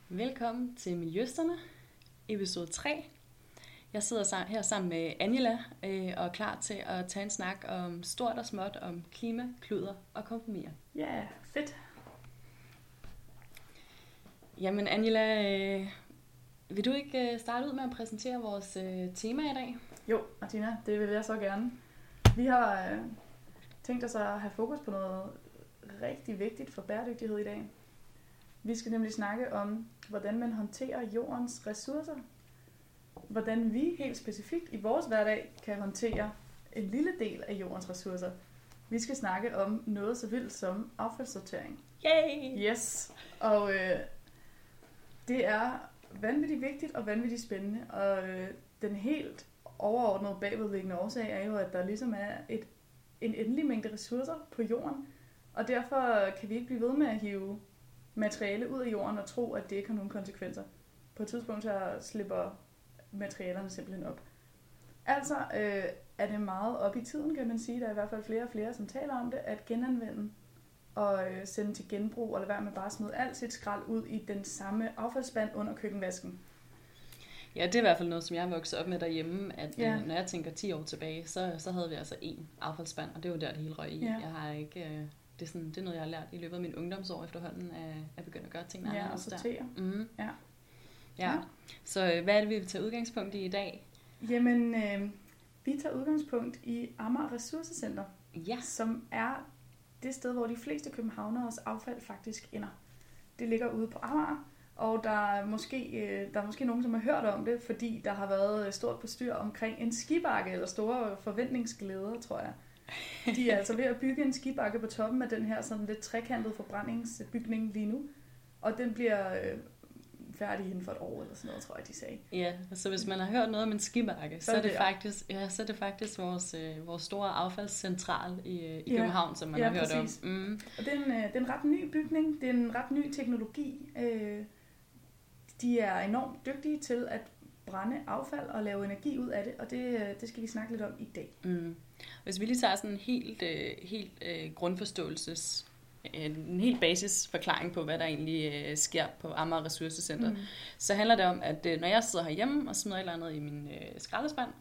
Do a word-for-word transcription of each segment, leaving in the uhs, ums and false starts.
Velkommen til Miljøsterne, episode tre. Jeg sidder her sammen med Angela øh, og er klar til at tage en snak om stort og småt, om klima, kluder og kompromiser. Ja, yeah, fedt. Jamen Angela, øh, vil du ikke øh, starte ud med at præsentere vores øh, tema i dag? Jo, Martina, det vil jeg så gerne. Vi har øh, tænkt os at have fokus på noget rigtig vigtigt for bæredygtighed i dag. Vi skal nemlig snakke om, hvordan man håndterer jordens ressourcer. Hvordan vi helt specifikt i vores hverdag kan håndtere en lille del af jordens ressourcer. Vi skal snakke om noget så vildt som affaldssortering. Yay! Yes! Og øh, det er vanvittigt vigtigt og vanvittigt spændende. Og øh, den helt overordnede bagvedliggende årsag er jo, at der ligesom er et, en endelig mængde ressourcer på jorden. Og derfor kan vi ikke blive ved med at hive materiale ud af jorden og tro, at det ikke har nogen konsekvenser. På et tidspunkt så slipper materialerne simpelthen op. Altså øh, er det meget op i tiden, kan man sige. Der er i hvert fald flere og flere, som taler om det, at genanvende og øh, sende til genbrug, og lade være med bare at smide alt sit skrald ud i den samme affaldsspand under køkkenvasken. Ja, det er i hvert fald noget, som jeg er vokset op med derhjemme, at Ja. øh, når jeg tænker ti år tilbage, så, så havde vi altså én affaldsspand, og det var der, det hele røg i. Ja. Jeg har ikke... Øh, det, er sådan, det er noget, jeg har lært i løbet af min ungdomsår efterhånden, at jeg begynder at gøre tingene Ja, og anderledes der. sortere. Mm. Ja. Ja. Ja. Så øh, hvad er det, vi vil tage udgangspunkt i i dag? Jamen, øh, vi tager udgangspunkt i Amager Ressourcecenter, Ja. som er det sted, hvor de fleste københavneres affald faktisk ender. Det ligger ude på Amager, og der er måske, øh, der er måske nogen, som har hørt om det, fordi der har været stort bestyr omkring en skibakke, eller store forventningsglæder, tror jeg. De er altså ved at bygge en skibakke på toppen af den her sådan lidt trekantede forbrændingsbygning lige nu, og den bliver øh, færdig inden for et år eller sådan noget, tror jeg, de sagde. Ja, så hvis man har hørt noget om en skibakke, så, Så så, er er det det- faktisk, ja, så er det faktisk vores, øh, vores store affaldscentral i, øh, i Ja. København, som man Ja, har hørt præcis. om. Mm. Og det er, en, øh, det er en ret ny bygning, det er en ret ny teknologi. Øh, de er enormt dygtige til at brænde affald og lave energi ud af det, og det, øh, det skal vi snakke lidt om i dag. Mm. Hvis vi lige tager sådan en helt, øh, helt øh, grundforståelses, øh, en helt basisforklaring på, hvad der egentlig øh, sker på Amager Ressourcecenter, mm. så handler det om, at øh, når jeg sidder herhjemme og smider et eller andet i min øh, skraldespand,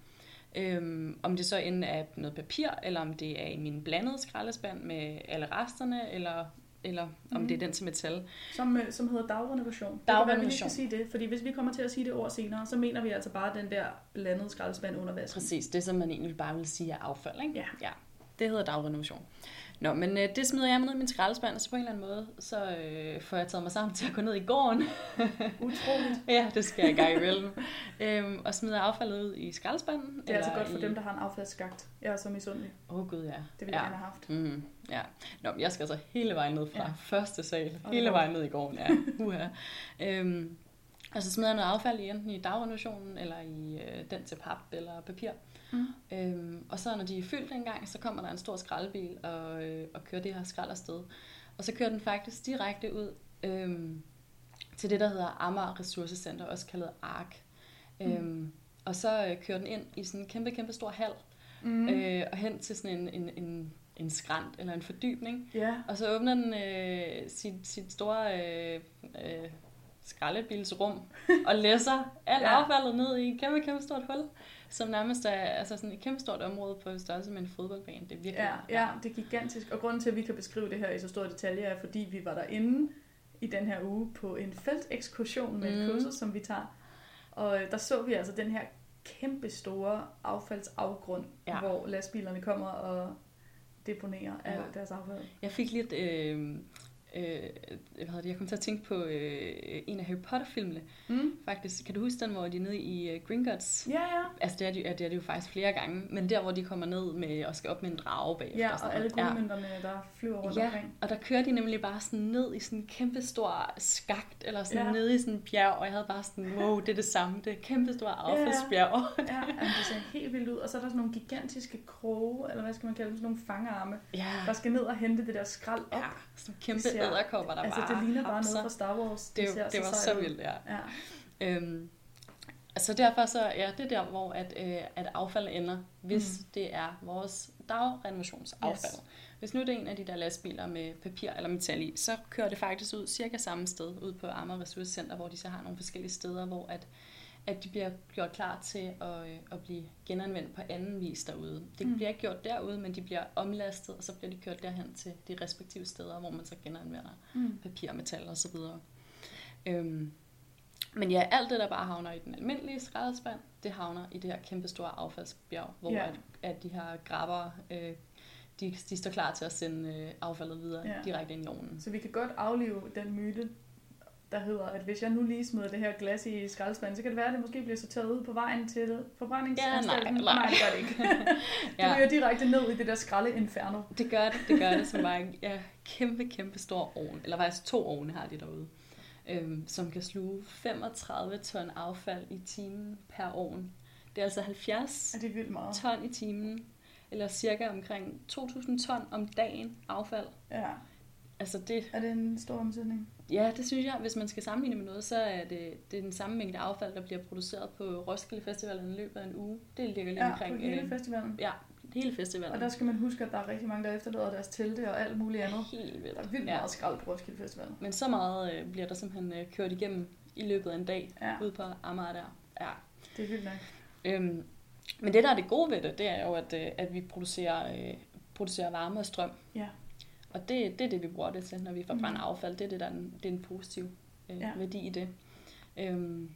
øh, om det så enten er noget papir, eller om det er i min blandede skraldespand med alle resterne, eller, eller om Mm. det er den til metal. Som, øh, som hedder dagrenovation. Det kan være, vi lige Dagrenovation. skal sige det, fordi hvis vi kommer til at sige det ord senere, så mener vi altså bare den der blandede skraldespand under vasken. Præcis, det som man egentlig bare vil sige er affald, ikke? Ja. Ja, det hedder dagrenovation. Nå, men øh, det smider jeg ned i min skraldespand, og så på en eller anden måde, så øh, får jeg taget mig sammen til at gå ned i gården. Utroligt. Ja, det skal jeg i gang imellem. øhm, og smider affaldet ud i skraldespanden. Det er altså godt for i... dem, der har en affaldsskagt. Jeg er så misundelig. Åh oh, gud, ja. Det ville ja. jeg gerne have haft. Mm, ja. Nå, men jeg skal altså hele vejen ned fra Ja. ja. første sal, Og hele det- vejen ned i gården, ja. Uha. øhm, og så smider jeg noget affald i enten i dagrenovationen, eller i øh, den til pap eller papir. Mm. Øhm, og så når de er fyldt en gang, så kommer der en stor skraldebil og, øh, og kører det her skrald afsted. Og så kører den faktisk direkte ud øhm, til det, der hedder Amager Ressourcecenter, også kaldet A R C. Mm. Øhm, og så øh, kører den ind i sådan en kæmpe, kæmpe stor hal, Mm. øh, og hen til sådan en, en, en, en skrant eller en fordybning. Ja. Og så åbner den øh, sit, sit store øh, øh, skraldebilsrum og læsser alt Ja. affaldet ned i et kæmpe, kæmpe stort hul, som nærmest er altså sådan et kæmpe stort område på størrelse med en fodboldbane. Det er virkelig... Ja, ja, det er gigantisk. Og grunden til, at vi kan beskrive det her i så store detaljer, er, fordi vi var derinde i den her uge på en feltekskursion med mm. et Mm. kursus, som vi tager. Og øh, der så vi altså den her kæmpe store affaldsafgrund, Ja. hvor lastbilerne kommer og deponerer Ja. alt deres affald. Jeg fik lidt... Øh, øh, hvad hedder det? Jeg kom til at tænke på øh, en af Harry Potter-filmene. Mm. Faktisk, kan du huske den, hvor de er nede i uh, Gringotts? Ja, ja. Altså, det er, de, ja, det er det jo faktisk flere gange, men der, hvor de kommer ned med og skal op med en drage bagefter. Ja, sådan og alle noget. Ja. guldmønterne, der flyver rundt Ja, omkring. og der kører de nemlig bare sådan ned i sådan en kæmpe stor skagt, eller sådan Ja. ja. ned i sådan en bjerg, og jeg havde bare sådan, wow, det er det samme, det er et kæmpe stort affaldsbjerg. Ja, jamen, det ser helt vildt ud. Og så er der sådan nogle gigantiske kroge, eller hvad skal man kalde dem, sådan nogle fangarme, Ja, der skal ned og hente det der skrald op. ja, sådan nogle kæmpe Det ser- æderkopper, der Altså, bare det ligner bare hapser. noget fra Star Wars. Det, ser det var sejt så ud. vildt, ja. Ja. Øhm, altså derfor så, ja, det er der, hvor at, øh, at affald ender, hvis Mm. mm. det er vores dagrenovationsaffald. Yes. Hvis nu det er en af de der lastbiler med papir eller metal i, så kører det faktisk ud cirka samme sted, ud på Amager Ressourcecenter, hvor de så har nogle forskellige steder, hvor at, at de bliver gjort klar til at, øh, at blive genanvendt på anden vis derude. Det mm. bliver ikke gjort derude, men de bliver omlastet, og så bliver de kørt derhen til de respektive steder, hvor man så genanvender mm. papir, metal og så videre. Øhm, Men ja, alt det, der bare havner i den almindelige skraldespand, det havner i det her kæmpe store affaldsbjerg, hvor yeah. at, at de her grabber, øh, de, de står klar til at sende øh, affaldet videre yeah. direkte ind i ovnen. Så vi kan godt aflive den myte, der hedder, at hvis jeg nu lige smider det her glas i skraldespanden, så kan det være, at det måske bliver sorteret ud på vejen til forbrændingsanstalten. Ja, nej, nej. nej, det gør det ikke. det ryger direkte ned i det der skraldeinferno. Det gør det, det gør det, som bare en ja, kæmpe, kæmpe stor ovn. Eller faktisk to ovne har de derude. Øhm, som kan sluge femogtredive ton affald i timen per ovn. Det er altså halvfjerds er det vildt meget? ton i timen, eller cirka omkring to tusind ton om dagen affald. Ja. Altså det, er det en stor omsætning? Ja, det synes jeg. Hvis man skal sammenligne med noget, så er det, det er den samme mængde affald, der bliver produceret på Roskilde Festivalen i løbet af en uge. Det ligger lige ja, omkring... på hele øh, festivalen? Ja, hele festivalen. Og der skal man huske, at der er rigtig mange, der efterlader deres telte og alt muligt andet. Helt vildt. Der er vildt ja. meget skrald på Roskilde Festivalen. Men så meget øh, bliver der simpelthen øh, kørt igennem i løbet af en dag ja. ude på Amager der. Ja. Det er vildt nok. Øhm, men det, der er det gode ved det, det er jo, at, øh, at vi producerer, øh, producerer varme og strøm. Ja. Og det, det er det, vi bruger det til, når vi forbrænder mm. affald. Det er det, der er en, det er en positiv øh, ja. værdi i det. Øhm,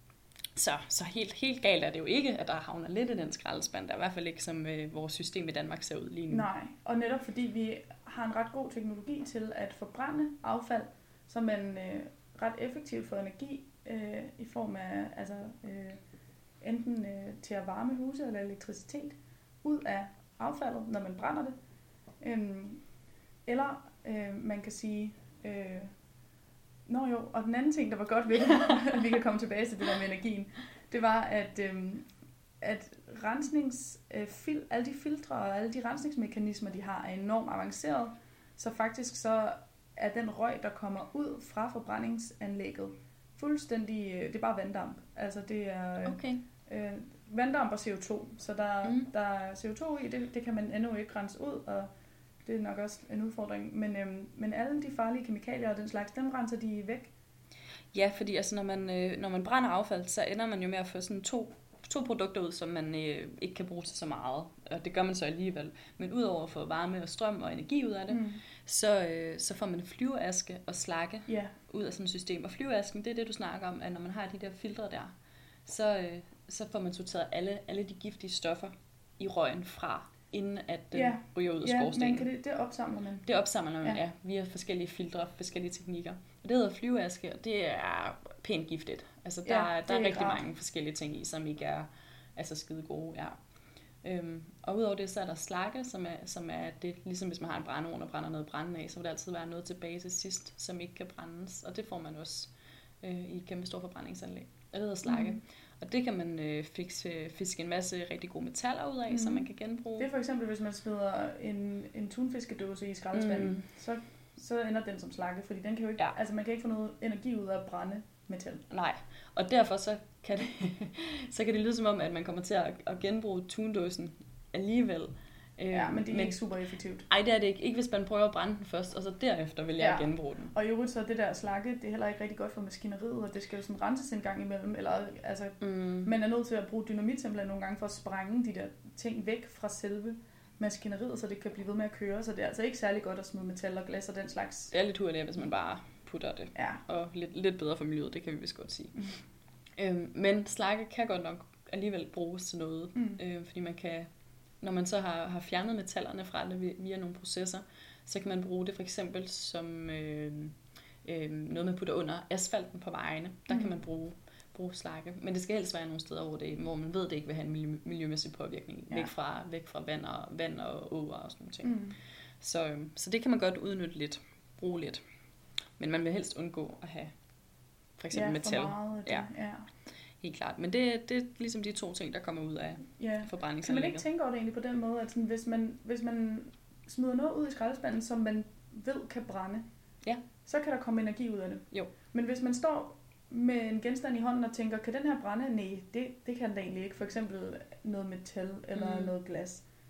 så så helt, helt galt er det jo ikke, at der havner lidt i den skraldespand. Der er i hvert fald ikke, som øh, vores system i Danmark ser ud lige nu. Nej, og netop fordi vi har en ret god teknologi til at forbrænde affald, så man øh, ret effektivt får energi øh, i form af altså, øh, enten øh, til at varme huse eller elektricitet ud af affaldet, når man brænder det. Øhm, Eller øh, man kan sige, øh, nå jo, og den anden ting, der var godt ved det, at vi kan komme tilbage til det der med energien, det var, at, øh, at rensnings, øh, fil, alle de filtre og alle de rensningsmekanismer, de har, er enormt avanceret, så faktisk så er den røg, der kommer ud fra forbrændingsanlægget, fuldstændig, øh, det er bare vanddamp. Altså det er øh, okay. øh, vanddamp og C O to, så der, mm. der er C O to i, det, det kan man endnu ikke rense ud, og det er nok også en udfordring. Men, øhm, men alle de farlige kemikalier og den slags, dem renser de væk. Ja, fordi altså, når, man, øh, når man brænder affald, så ender man jo med at få sådan to, to produkter ud, som man øh, ikke kan bruge til så meget. Og det gør man så alligevel. Men udover at få varme og strøm og energi ud af det, mm. så, øh, så får man flyveaske og slakke yeah. ud af sådan et system. Og flyveasken, det er det, du snakker om, at når man har de der filtre der, så, øh, så får man sorteret alle, alle de giftige stoffer i røgen fra, inden at den ja. ryger ud af ja, skorstenen. Ja, det, det opsamler man. Det opsamler man, ja. ja, via forskellige filtre, forskellige teknikker. Og det hedder flyveaske, og det er pænt giftigt. Altså, der, ja, der er, er rigtig rart. mange forskellige ting i, som ikke er altså, skide gode. Ja. Øhm, og udover det, så er der slakke, som er, som er det, ligesom hvis man har en brændeovn og brænder noget brænde af, så vil der altid være noget tilbage til sidst, som ikke kan brændes. Og det får man også øh, i et kæmpe stort forbrændingsanlæg. Og det hedder slakke. Mm. Og det kan man øh, fikse, fiske en masse rigtig gode metaller ud af, mm. som man kan genbruge. Det er for eksempel, hvis man smider en, en tunfiskedåse i skraldespanden, mm. så, så ender den som slakke, fordi den kan jo ikke, ja. altså man kan ikke få noget energi ud af at brænde metal. Nej, og derfor så kan det, så kan det lyde som om, at man kommer til at, at genbruge tundåsen alligevel. Ja, men det er men, ikke super effektivt. Nej, det er det ikke. Ikke hvis man prøver at brænde den først, og så derefter vil jeg ja. genbruge den. Og i øvrigt så det der slakke, det er heller ikke rigtig godt for maskineriet, og det skal jo sådan renses en gang imellem. Eller, altså, mm. man er nødt til at bruge dynamit simpelthen nogle gange for at sprænge de der ting væk fra selve maskineriet, så det kan blive ved med at køre. Så det er altså ikke særlig godt at smide metal og glas og den slags. Det er lidt hurtigt, hvis man bare putter det. Ja. Og lidt, lidt bedre for miljøet, det kan vi vist godt sige. Mm. Øhm, men slakke kan godt nok alligevel bruges til noget, mm. øh, fordi man kan... Når man så har, har fjernet metallerne fra det via nogle processer, så kan man bruge det for eksempel som øh, øh, noget, man putter under asfalten på vejene. Der mm. kan man bruge, bruge slakke. Men det skal helst være nogle steder, hvor, det, hvor man ved, det ikke vil have en miljø, miljømæssig påvirkning. Ja. Væk fra, væk fra vand, og, vand og åer og sådan nogle ting. Mm. Så, øh, så det kan man godt udnytte lidt, bruge lidt. Men man vil helst undgå at have for eksempel ja, metal. Meget, ja, ja. Helt klart. Men det, det er ligesom de to ting, der kommer ud af ja. forbrændingsanlægget. Kan man ikke tænke over det egentlig på den måde, at sådan, hvis, man, hvis man smider noget ud i skraldespanden, som man ved kan brænde, ja. så kan der komme energi ud af det. Jo. Men hvis man står med en genstand i hånden og tænker, kan den her brænde? Nej, det, det kan den da egentlig ikke. For eksempel noget metal eller mm. noget glas.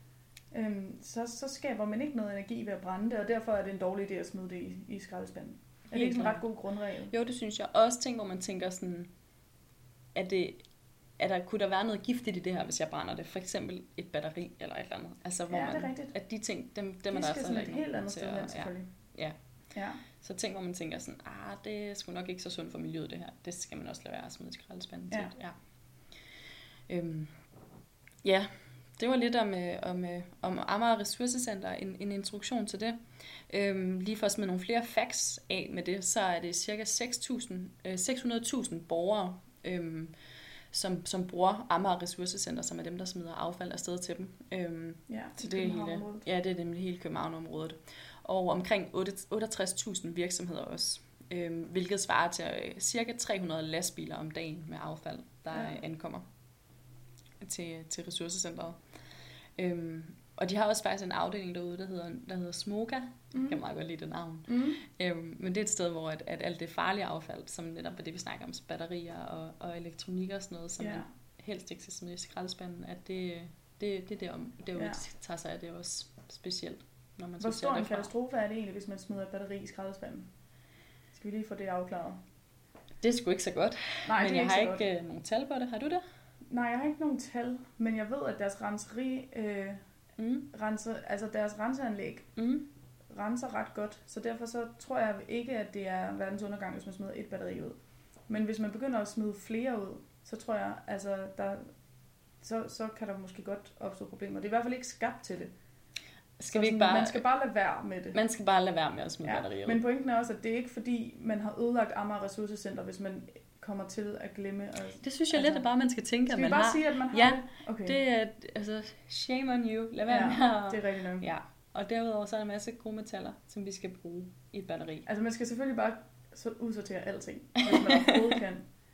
øhm, så, så skaber man ikke noget energi ved at brænde det, og derfor er det en dårlig idé at smide det i, i skraldespanden. Er det ikke en ret god grundregel? Jo, det synes jeg. Også ting, hvor man tænker sådan, at det, er der, kunne der være noget giftigt i det her, hvis jeg brænder det? For eksempel et batteri eller et eller andet. Altså, hvor ja, man, det er rigtigt. At de ting, dem, dem de er der skal sådan et helt andet sted hen, selvfølgelig. Ja. ja. Så ting, hvor man tænker sådan, ah, det er sgu nok ikke så sundt for miljøet, det her. Det skal man også lade være at smide i skraldespanden ja. til. Ja. Øhm, ja, det var lidt om, øh, om, øh, om Amager Ressourcecenter, en, en introduktion til det. Øhm, lige for at smide nogle flere facts af med det, så er det cirka seks hundrede tusind borgere, øhm, som, som bruger Amager Ressourcecenter, som er dem, der smider affald afsted til dem. Øhm, ja, så det er hele, ja, det er nemlig hele København-området. Og omkring otteogtres tusind virksomheder også, øhm, hvilket svarer til øh, cirka tre hundrede lastbiler om dagen med affald, der ja. ankommer til, til ressourcecenteret. Øhm, og de har også faktisk en afdeling derude, der hedder, der hedder Smoga. Mm. Jeg kan meget godt lide det navn. Mm. Øhm, men det er et sted, hvor at, at alt det farlige affald, som netop er det, vi snakker om, batterier og, og elektronik og sådan noget, som yeah. man helst ikke skal smide i skraldespanden, at det, det, det er der, derude, yeah. de tager sig af det også specielt. Når man Hvor stor en katastrofe er det egentlig, hvis man smider et batteri i skraldespanden? Skal vi lige få det afklaret? Det er sgu ikke så godt. Nej, men det er jeg ikke har ikke uh, nogen tal på det. Har du det? Nej, jeg har ikke nogen tal, men jeg ved, at deres renseri, øh, mm. renser, altså deres renseanlæg mm. renser ret godt, så derfor så tror jeg ikke, at det er verdens undergang, hvis man smider et batteri ud. Men hvis man begynder at smide flere ud, så tror jeg, altså der, så, så kan der måske godt opstå problemer. Det er i hvert fald ikke skabt til det. Skal vi ikke bare, man skal bare lade være med det. Man skal bare lade være med at smide ja, batterier ud. Men pointen er også, at det er ikke fordi, man har ødelagt Amager Ressourcecenter, hvis man kommer til at glemme. Og, det synes jeg altså, lidt, at bare man skal tænke, skal at man bare har. sige, at man har ja, det? Okay. Det er, altså, shame on you. Lad være ja, med at... det er rigtigt nok. Ja. Og derudover så er der en masse gode metaller, som vi skal bruge i et batteri. Altså man skal selvfølgelig bare udsortere alting, hvis man overhovedet kan.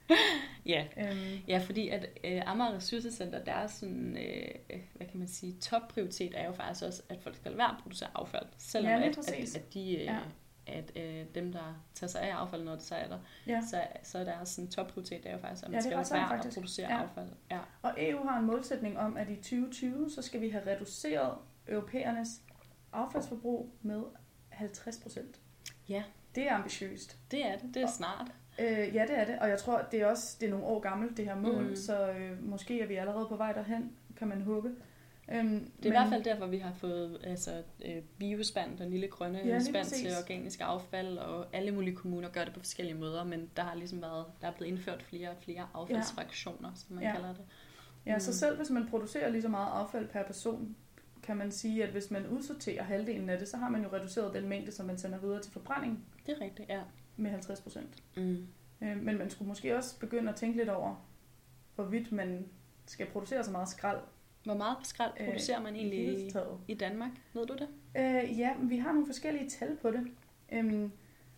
Ja. Øhm. ja, fordi at øh, Amager Ressourcecenter, der er sådan, øh, hvad kan man sige, topprioritet er jo faktisk også, at folk skal lade være at producere affald. Selvom ja, at, at, at de... Øh, ja. at øh, dem, der tager sig af affald, når det så er der, ja. så, så er der sådan topprioritet, det er jo faktisk, at man ja, skal lade være at producere ja. affald. Ja. Og E U har en målsætning om, at i tyve tyve, så skal vi have reduceret europæernes affaldsforbrug med halvtreds procent. Ja. Det er ambitiøst. Det er det. Det er snart. Og, øh, ja, det er det. Og jeg tror, det er også det er nogle år gammelt, det her mål. Mm. Så øh, måske er vi allerede på vej derhen, kan man håbe. Øhm, det er men, i hvert fald derfor, vi har fået altså, øh, biospand, den lille grønne ja, spand til organisk affald, og alle mulige kommuner gør det på forskellige måder, men der har ligesom været, der er blevet indført flere og flere affaldsfraktioner, ja. som man ja. kalder det. Ja, mm. så selv hvis man producerer lige så meget affald per person, kan man sige, at hvis man udsorterer halvdelen af det, så har man jo reduceret den mængde, som man sender videre til forbrænding. Det er rigtigt, ja. Med halvtreds procent. Mm. Øh, men man skulle måske også begynde at tænke lidt over, hvorvidt man skal producere så meget skrald. Hvor meget skrald producerer man egentlig i, i Danmark? Ved du det? Øh, ja, vi har nogle forskellige tal på det. Øhm,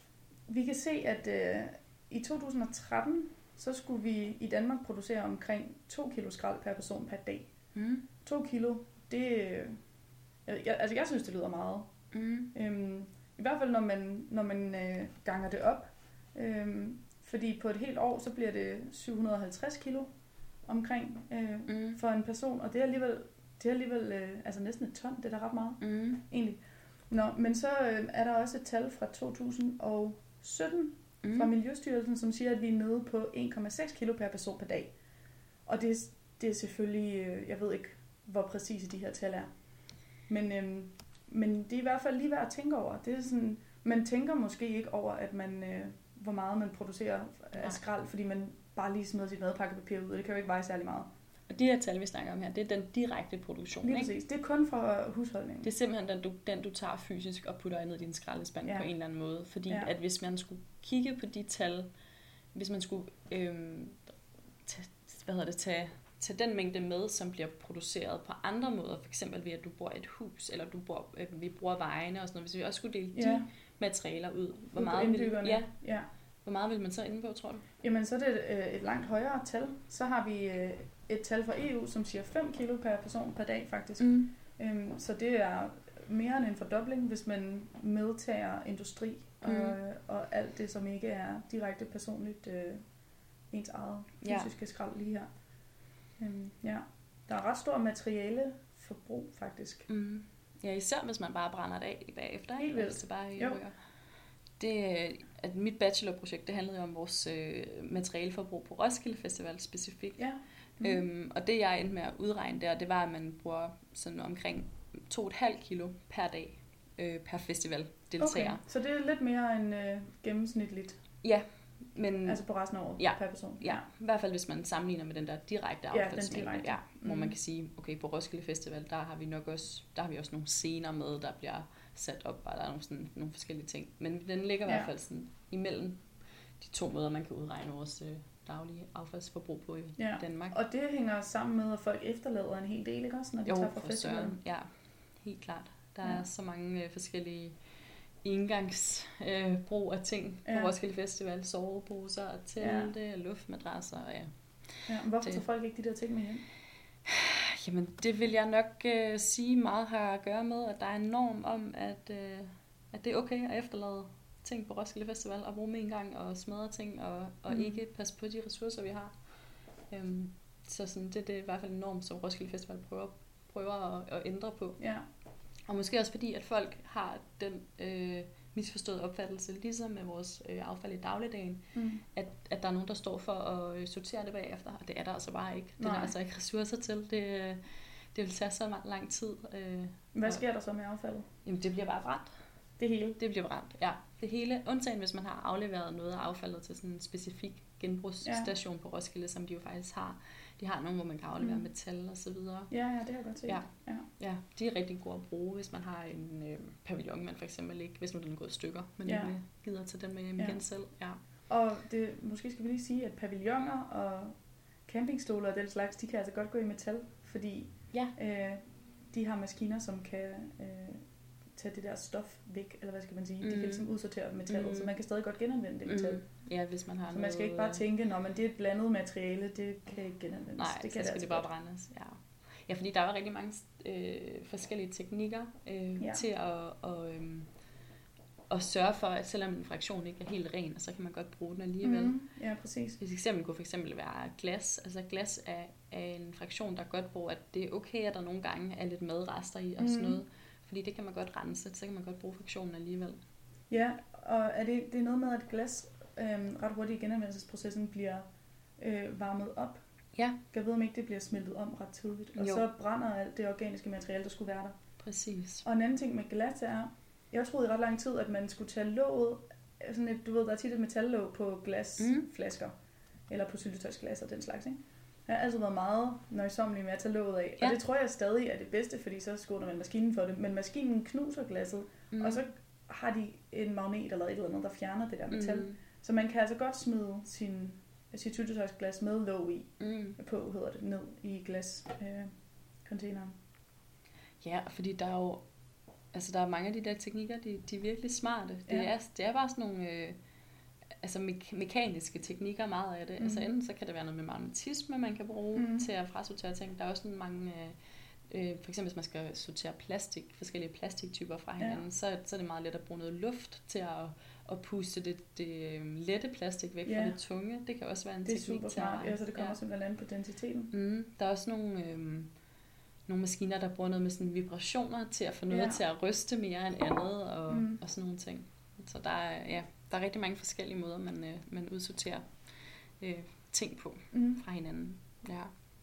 vi kan se, at øh, i to tusind og tretten, så skulle vi i Danmark producere omkring to kilo skrald per person per dag. Mm. To kilo, det... Jeg, altså, jeg synes, det lyder meget. Mm. Øhm, I hvert fald, når man, når man øh, ganger det op. Øhm, fordi på et helt år, så bliver det syv hundrede og halvtreds kilo omkring øh, mm. for en person, og det er alligevel, det er alligevel øh, altså næsten et ton, det er da ret meget, mm. egentlig. Nå, men så øh, er der også et tal fra to tusind og sytten mm. fra Miljøstyrelsen, som siger, at vi er nede på en komma seks kilo per person per dag. Og det, det er selvfølgelig, øh, jeg ved ikke, hvor præcise de her tal er. Men, øh, men det er i hvert fald lige værd at tænke over. Det er sådan, man tænker måske ikke over, at man, øh, hvor meget man producerer af skrald, fordi man bare lige smider sit madpakkepapir ud, og det kan jo ikke veje særlig meget. Og de her tal, vi snakker om her, det er den direkte produktion, lige ikke? Præcis. Det er kun fra husholdningen. Det er simpelthen den, du, den, du tager fysisk og putter ind i din skraldespand ja. på en eller anden måde. Fordi ja. at hvis man skulle kigge på de tal, hvis man skulle øhm, tage, hvad hedder det, tage, tage den mængde med, som bliver produceret på andre måder, for eksempel ved at du bor i et hus, eller du bor, øh, vi bruger vejene og sådan noget, hvis vi også skulle dele ja. de materialer ud, hvor meget vil, ja, ja. hvor meget vil man så inde på, tror du? Jamen, så er det et, et langt højere tal. Så har vi et tal fra E U, som siger fem kilo per person per dag, faktisk. Mm. Øhm, så det er mere end en fordobling, hvis man medtager industri mm. og, og alt det, som ikke er direkte personligt øh, ens eget fysiske ja. skrald lige her. Øhm, ja. Der er ret stor materiale forbrug, faktisk. Mm. Ja, især hvis man bare brænder det af bagefter. Helt vildt. Det bare ryger. Det, at mit bachelorprojekt, det handlede jo om vores øh, materialeforbrug på Roskilde Festival specifikt. Ja. Mm. Øhm, og det jeg endte med at udregne der, det var, at man bruger sådan omkring to komma fem kilo per dag øh, per festival deltager. Okay, så det er lidt mere end øh, gennemsnitligt? Ja. Men, altså på resten af året ja, per person? Ja. ja, i hvert fald hvis man sammenligner med den der direkte affaldsmængde. Ja, ja, hvor mm. man kan sige, okay, på Roskilde Festival, der har vi nok også, der har vi også nogle scener med, der bliver sat op, og der er nogle, sådan, nogle forskellige ting. Men den ligger ja. i hvert fald sådan imellem de to måder, man kan udregne vores øh, daglige affaldsforbrug på i ja. Danmark. Og det hænger sammen med, at folk efterlader en hel del, ikke også, når de jo, tager fra festivalen? Ja, helt klart. Der ja. er så mange øh, forskellige engangsbrug øh, af ting på ja. Roskilde Festival. Soveposer, telte, ja. luftmadrasser. Ja. Ja, hvorfor det... tager folk ikke de der ting med hjem? Jamen, det vil jeg nok øh, sige meget har at gøre med, at der er en norm om, at, øh, at det er okay at efterlade ting på Roskilde Festival, og bruge med en gang og smadre ting, og, og mm. ikke passe på de ressourcer, vi har. Øhm, så sådan, det, det er i hvert fald en norm, som Roskilde Festival prøver, prøver at, at ændre på. Ja. Og måske også fordi, at folk har den øh, misforståede opfattelse, ligesom med vores øh, affald i dagligdagen, mm. at, at der er nogen, der står for at øh, sortere det bagefter, og det er der altså bare ikke. Det er der altså ikke ressourcer til. Det, øh, det vil tage så lang tid. Øh, Hvad sker der så med affaldet? Jamen, det bliver bare brændt. Det hele? Det bliver brændt, ja. Det hele, undtagen hvis man har afleveret noget af affaldet til sådan en specifik genbrugsstation ja. på Roskilde, som de jo faktisk har. De har nogle, hvor man kan aflevere mm. metal og så videre. Ja, ja, det har jeg godt set. Ja. Ja. ja, de er rigtig gode at bruge, hvis man har en øh, pavillon, man for eksempel ikke, hvis nu den er gået i stykker, men ja. ikke gider tage den med hjem ja. igen selv. Ja. Og det, måske skal vi lige sige, at pavilloner og campingstoler og den slags, de kan altså godt gå i metal, fordi ja. øh, de har maskiner, som kan øh, tage det der stof væk, eller hvad skal man sige. Mm. De kan ligesom udsortere metallet, mm. så man kan stadig godt genanvende det metal. Mm. Ja, hvis man har så noget... man skal ikke bare tænke, når man det er et blandet materiale, det kan ikke genanvendes. Nej, det kan så skal det, altså det bare godt. brændes. Ja. ja, fordi der er jo rigtig mange øh, forskellige teknikker øh, ja. til at, og, øh, at sørge for, at selvom en fraktion ikke er helt ren, så kan man godt bruge den alligevel. Mm. Ja, præcis. Et eksempel kunne for eksempel være glas. Altså glas er, er en fraktion, der godt bruger, at det er okay, at der nogle gange er lidt madrester i og mm. sådan noget. Fordi det kan man godt rense, så kan man godt bruge fraktionen alligevel. Ja, og er det, det er noget med, at glas øh, ret hurtigt i genanvendelsesprocessen bliver øh, varmet op. Ja. Jeg ved, om ikke det bliver smeltet om ret tidligt. Og jo. så brænder alt det organiske materiale, der skulle være der. Præcis. Og en anden ting med glas er, jeg troede i ret lang tid, at man skulle tage låget, sådan et, du ved, der er tit et metallåg på glasflasker, mm. eller på syltetøjsglas og den slags, ikke? Jeg har altid været meget nøjsommelig med at tage låget af. Ja. Og det tror jeg stadig er det bedste, fordi så skåner man maskinen for det. Men maskinen knuser glasset, mm. og så har de en magnet eller et eller andet, der fjerner det der metal. Mm. Så man kan altså godt smide sin, sit syltetøjsglas med låg i, mm. på, hedder det, ned i glascontaineren. Øh, ja, fordi der er jo, altså der er mange af de der teknikker, de, de er virkelig smarte. Det, ja. er, det er bare sådan nogle... Øh, altså me- mekaniske teknikker, meget af det. Mm. Altså enten så kan det være noget med magnetisme, man kan bruge mm. til at frasortere ting. Der er også sådan mange, øh, for eksempel hvis man skal sortere plastik, forskellige plastiktyper fra hinanden, ja. så, så er det meget let at bruge noget luft til at, at puste det, det lette plastik væk ja. fra det tunge. Det kan også være en det teknik til at... Ja, så det kommer ja. simpelthen an på densiteten. Mm. Der er også nogle... Øh, nogle maskiner, der bruger noget med sådan vibrationer til at få noget ja. til at ryste mere end andet, og, mm. og sådan nogle ting. Så der er, ja, der er rigtig mange forskellige måder, man, øh, man udsorterer øh, ting på mm. fra hinanden. Ja,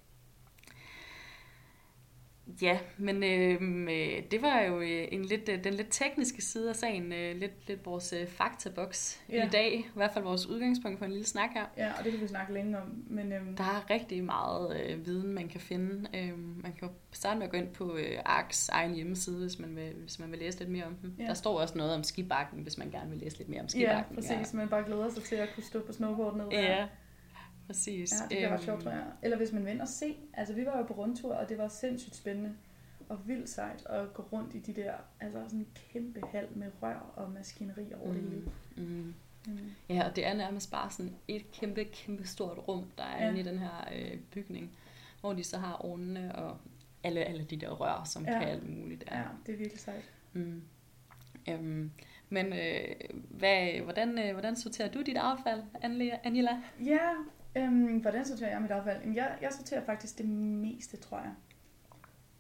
ja men øh, det var jo en lidt, den lidt tekniske side af sagen, øh, lidt, lidt vores øh, faktaboks ja. i dag, i hvert fald vores udgangspunkt for en lille snak her. Ja, og det kan vi snakke længe om. Men, øhm... Der er rigtig meget øh, viden, man kan finde. Øh, man kan starte med at gå ind på øh, A R K's egen hjemmeside, hvis man vil, hvis man vil læse lidt mere om den. Ja. Der står også noget om skibakken, hvis man gerne vil læse lidt mere om skibakken. Ja, præcis. Ja. Man bare glæder sig til at kunne stå på snowboard ned der. Ja, præcis. Ja, det kan være sjovt, tror jeg. Eller hvis man vil og se. Altså, vi var jo på rundtur, og det var sindssygt spændende og vildt sejt at gå rundt i de der, altså sådan en kæmpe hal med rør og maskineri over mm. det hele. Mm. Mm. Ja, og det er nærmest bare sådan et kæmpe, kæmpe stort rum, der er ja. inde i den her øh, bygning, hvor de så har ovnene og alle, alle de der rør, som ja. kan alt muligt. Ja. ja, det er virkelig sejt. Mm. Um, men øh, hvad, hvordan, øh, hvordan sorterer du dit affald, Anila? Ja, øhm, hvordan sorterer jeg mit affald? Jamen, jeg, jeg sorterer faktisk det meste, tror jeg.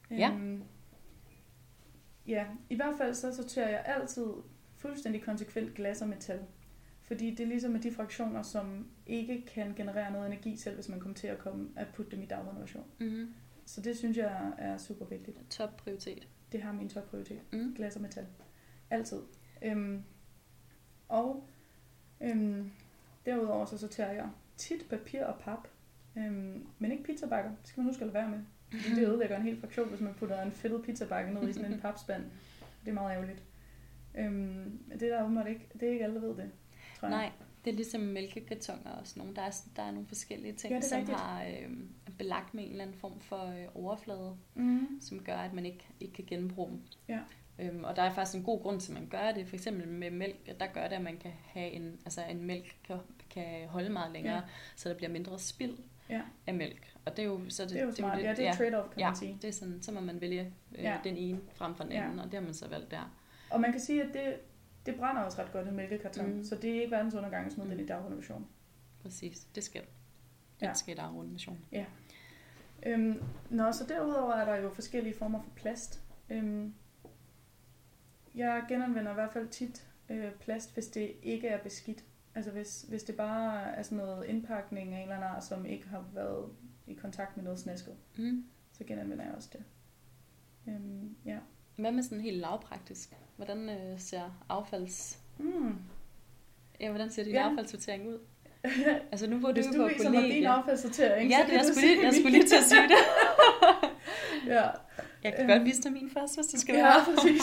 Ja. Øhm, ja, i hvert fald så sorterer jeg altid fuldstændig konsekvent glas og metal. Fordi det er ligesom de fraktioner, som ikke kan generere noget energi selv, hvis man kommer til at komme at putte dem i dagrenovation. Mm-hmm. Så det synes jeg er super vigtigt. Top prioritet. Det har min top prioritet. Mm. Glas og metal. Altid. Øhm, og øhm, derudover så sorterer jeg tit papir og pap. Øhm, men ikke pizzabakker. Det skal man huske at lade være med. Fordi det ødelægger en hel fraktion, hvis man putter en fedtet pizzabakke ned i sådan en papspand. Det er meget ærgerligt. Øhm, det er der åbenbart ikke. Det er ikke alle, der ved det, tror jeg. Nej, det er ligesom mælkekartoner og sådan nogle. Der er, der er nogle forskellige ting, Ja, som rigtigt. har øh, belagt med en eller anden form for øh, overflade, Mm. som gør, at man ikke, ikke kan genbruge dem. Ja. Øhm, og der er faktisk en god grund til, at man gør det. For eksempel med mælk, der gør det, at man kan have en, altså en mælk kan, kan holde meget længere, Ja. så der bliver mindre spild Ja. af mælk. Og det er jo, så det, Det er jo smart. lidt- Ja, det er trade-off, kan ja, man sige. det er sådan, så må man vælge øh, Ja. den ene frem for den Ja. anden, og det har man så valgt der. Og man kan sige, at det, det brænder også ret godt, en mælkekarton. Mm. Så det er ikke verdens undergang at smide Mm. den i dagrenovation. Præcis, det skal Ja. det skal der rundt. Øhm, nå, så derudover er der jo forskellige former for plast. Øhm, jeg genanvender i hvert fald tit øh, plast, hvis det ikke er beskidt. Altså hvis, hvis det bare er sådan noget indpakning af en eller anden art, som ikke har været i kontakt med noget snasket, Mm. så genanvender jeg også det. Øhm, ja. Hvad med sådan helt lavpraktisk? Hvordan øh, ser affalds... Mm. Ja, hvordan ser din Ja. affaldssortering ud? Altså nu hvor Hvis du du går viser på mig din kollegie. affaldssortering, Ja, så det, kan jeg, du skulle lige, se jeg min. skulle lige til at sige det. Ja. Jeg kan Øhm. godt vise dig min først, hvis det skal Ja, være. præcis.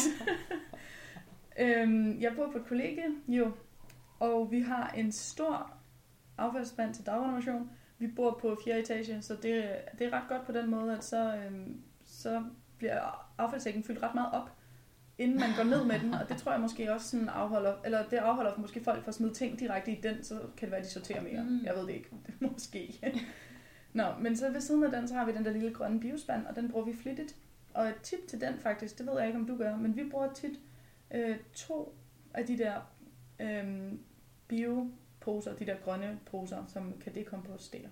øhm, jeg bor på et kollegie, jo, og vi har en stor affaldsspand til dagrenovation. Vi bor på fjerde etage, så det, det er ret godt på den måde, at så, øhm, så bliver affaldssækken fyldt ret meget op, inden man går ned med den, og det tror jeg måske også sådan afholder, eller det afholder måske folk fra at smide ting direkte i den, så kan det være, at de sorterer mere. Mm. Jeg ved det ikke, måske. Nå, men så ved siden af den, så har vi den der lille grønne biospand, og den bruger vi flittigt. Og et tip til den faktisk, det ved jeg ikke, om du gør, men vi bruger tit øh, to af de der øh, bioposer, de der grønne poser, som kan dekompostere.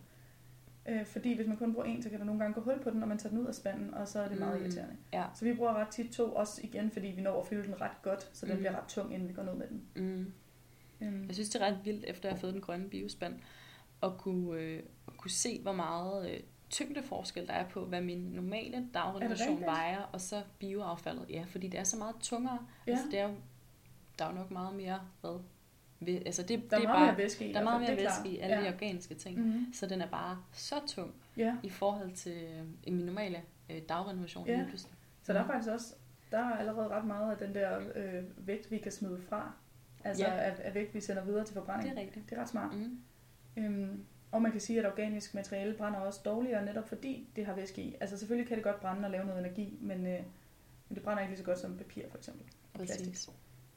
Øh, fordi hvis man kun bruger en, så kan der nogle gange gå hul på den, når man tager den ud af spanden, og så er det meget Mm. irriterende. Ja. Så vi bruger ret tit to, også igen, fordi vi når at fylde den ret godt, så den Mm. bliver ret tung, inden vi går ned med den. Mm. Øhm, Jeg synes, det er ret vildt, efter at have fået den grønne biospand, at kunne, øh, at kunne se, hvor meget øh, tyngdeforskel der er på, hvad min normale dagrenovation rigtigt? vejer, og så bioaffaldet. Ja, fordi det er så meget tungere. Ja. Altså, det er jo, der er jo nok meget mere, hvad? Ved, altså, det, der er det er meget bare, mere væske i. der er meget hvert mere fald, det væske i klart. alle Ja. de organiske ting. Mm-hmm. Så den er bare så tung Ja, i forhold til øh, min normale øh, dagrenovation. Ja. lige pludselig. så der er faktisk også, der er allerede ret meget af den der øh, vægt, vi kan smide fra. Altså Ja. af, af vægt, vi sender videre til forbrænding. Det er rigtigt. Det er ret smart. Mm. Øhm, og man kan sige, at organisk materiale brænder også dårligere, netop fordi det har væske i. Altså selvfølgelig kan det godt brænde og lave noget energi, men, øh, men det brænder ikke lige så godt som papir for eksempel. Og plastik. Præcis.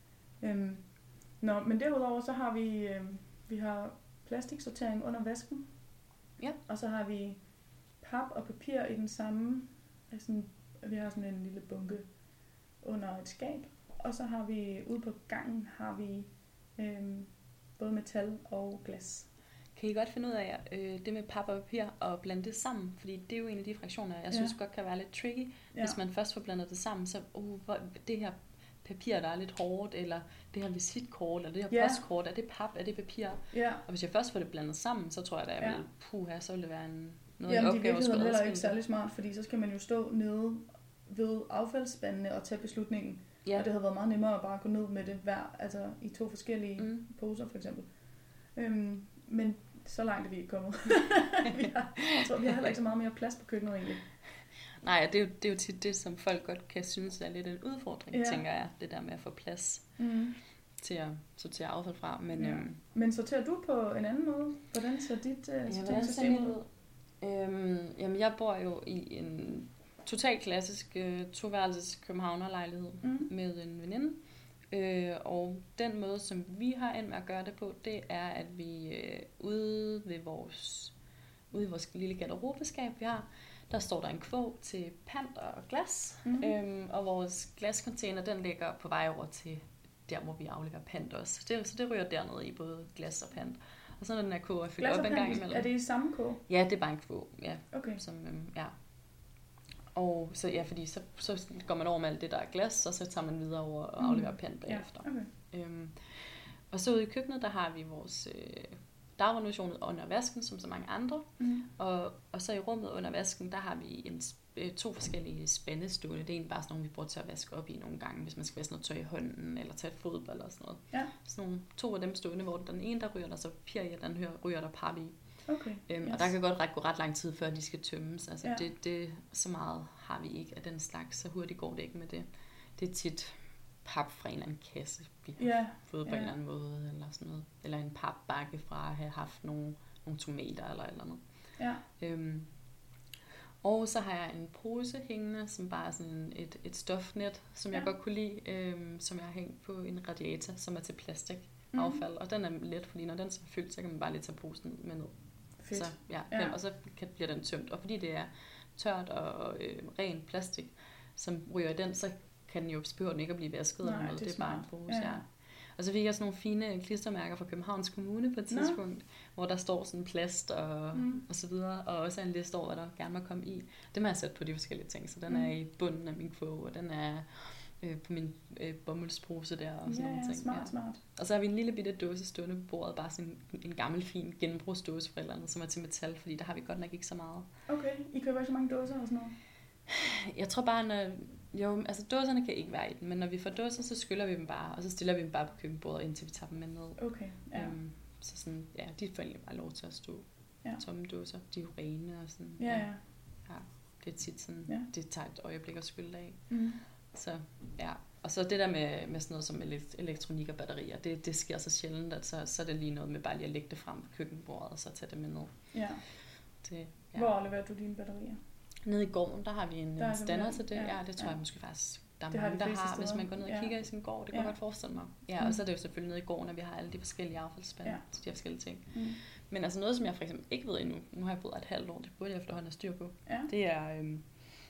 Øhm, nå, men derudover så har vi, øh, vi har plastiksortering under vasken. Ja. Og så har vi pap og papir i den samme. Altså, vi har sådan en lille bunke under et skab. Og så har vi ude på gangen har vi øh, både metal og glas. Kan I godt finde ud af øh, det med pap og papir og blande det sammen? Fordi det er jo en af de fraktioner, jeg Ja. synes godt kan være lidt tricky. Ja. Hvis man først får blandet det sammen, så uh, hvor, det her papir, der er lidt hårdt, eller det her visitkort, eller det her Ja. postkort, er det pap, er det papir? Ja, Og hvis jeg først får det blandet sammen, så tror jeg, at jeg Ja. vil, puha, så vil det være en, noget jamen en det er i opgave at skulle virkeligheden heller ikke adskille særlig smart, fordi så skal man jo stå nede ved affaldsspandene og tage beslutningen. det. Ja. Ja. Og det havde været meget nemmere at bare gå ned med det hver, altså i to forskellige mm. Mm. poser for eksempel. Øhm, men så langt er vi ikke kommet. vi har, jeg tror, vi har heller ikke så meget mere plads på køkkenet egentlig. Nej, det er, jo, det er jo tit det, som folk godt kan synes er lidt en udfordring, Ja. tænker jeg. Det der med at få plads Mm. til at sortere affald fra. Men, Ja. øhm, Men sorterer du på en anden måde? Hvordan ser dit uh, Ja, hvordan ser sorteringssystem mit ud? ud? Øhm, jamen, jeg bor jo i en totalt klassisk øh, toværelses københavnerlejlighed Mm. med en veninde. Øh, og den måde, som vi har endt med at gøre det på, det er, at vi øh, ude ved vores, ude i vores lille garderobeskab, vi har, der står der en kvog til pant og glas. Mhm. Øhm, og vores glascontainer, den ligger på vej over til der, hvor vi aflægger pant også. Det, så det ryger dernede i både glas og pant. Og så når den her kvog er fyldt Glas op og en gang pant, imellem. er det i samme kog? Ja, det er bare en kvog, ja. Okay. Som, øhm, ja. Og så, ja, fordi så, så går man over med alt det, der er glas, og så tager man videre over og afleverer mm. pant bagefter. Ja, okay. Øhm, og så ude i køkkenet, der har vi vores øh, dagrenovation under vasken, som så mange andre. Mm. Og, og så i rummet under vasken, der har vi en, to forskellige spandestående. Det er egentlig bare sådan nogle, vi bruger til at vaske op i nogle gange, hvis man skal vaske noget tøj i hånden, eller tage et fodbold eller sådan noget. Ja. Sådan nogle, to af dem stående, hvor den ene, der ryger der så papir i, og den her ryger der pap i. Okay. Øhm, Yes. Og der kan godt ret, gå ret lang tid, før de skal tømmes. Altså Ja. det, det, så meget har vi ikke af den slags, så hurtigt går det ikke med det. Det er tit pap fra en eller anden kasse, vi har Ja. fået på Ja. en eller anden måde, eller sådan noget. Eller en papbakke fra at have haft nogle, nogle tomater eller et eller andet. Ja. Øhm, og så har jeg en pose hængende, som bare er sådan et, et stofnet, som ja. jeg godt kunne lide, øhm, som jeg har hængt på en radiator, som er til plastikaffald. Mm. Og den er let, fordi når den så er fyldt, så kan man bare lige tage posen med ned. Fedt. Så, ja, Ja. Den, og så kan, bliver den tømt. Og fordi det er tørt og øh, ren plastik, som ryger i den, så kan den jo behøver den ikke at blive vasket. Nej, eller noget. det er Det er bare en smart. pose, Ja. ja. Og så fik jeg sådan nogle fine klistermærker fra Københavns Kommune på et Nå. tidspunkt, hvor der står sådan plast og, Mm. og så videre, og også en liste over, hvad der gerne må komme i. Dem har jeg sat på de forskellige ting, så den Mm. er i bunden af min kurv, og den er øh, på min øh, bomuldspose der og sådan Ja, nogle ja, ting. smart, smart. Og så har vi en lille bitte dåse stående på bordet, bare sådan en, en gammel, fin genbrugsdåse fra et eller andet, som er til metal, fordi der har vi godt nok ikke så meget. Okay, I køber ikke så mange dåser og sådan noget? Jeg tror bare, når, jo, altså dåserne kan ikke være i den, men når vi får dåser, så skyller vi dem bare, og så stiller vi dem bare på køkkenbordet, indtil vi tager dem med ned. Okay, ja. Øhm, så sådan, ja, de får egentlig bare lov til at stå Ja. tomme dåser. De er jo rene og sådan. Ja, ja. ja. Det er tit sådan, Ja. det tager et øjeblik at skylle af. Mm. Så ja, og så det der med, med sådan noget som elekt- elektronik og batterier, det, det sker så sjældent, at så, så er det lige noget med bare lige at lægge det frem på køkkenbordet, og så tage det med ned. Ja. Det, ja. Hvor leverer du dine batterier? Nede i gården, der har vi en Der er en stander simpelthen- til det. ja, Ja, det tror ja. jeg måske faktisk, der er Det har mange, de der fleste har, hvis steder. man går ned og Ja. kigger i sin gård. Det kan Ja. jeg godt forestille mig. Ja, Mm. og så er det jo selvfølgelig nede i gården, at vi har alle de forskellige affaldsspande Ja. til de her forskellige ting. Mm. Men altså noget, som jeg for eksempel ikke ved endnu, nu har jeg boet et halvt år, det burde jeg efterhånden have styr på, Ja. det er øhm,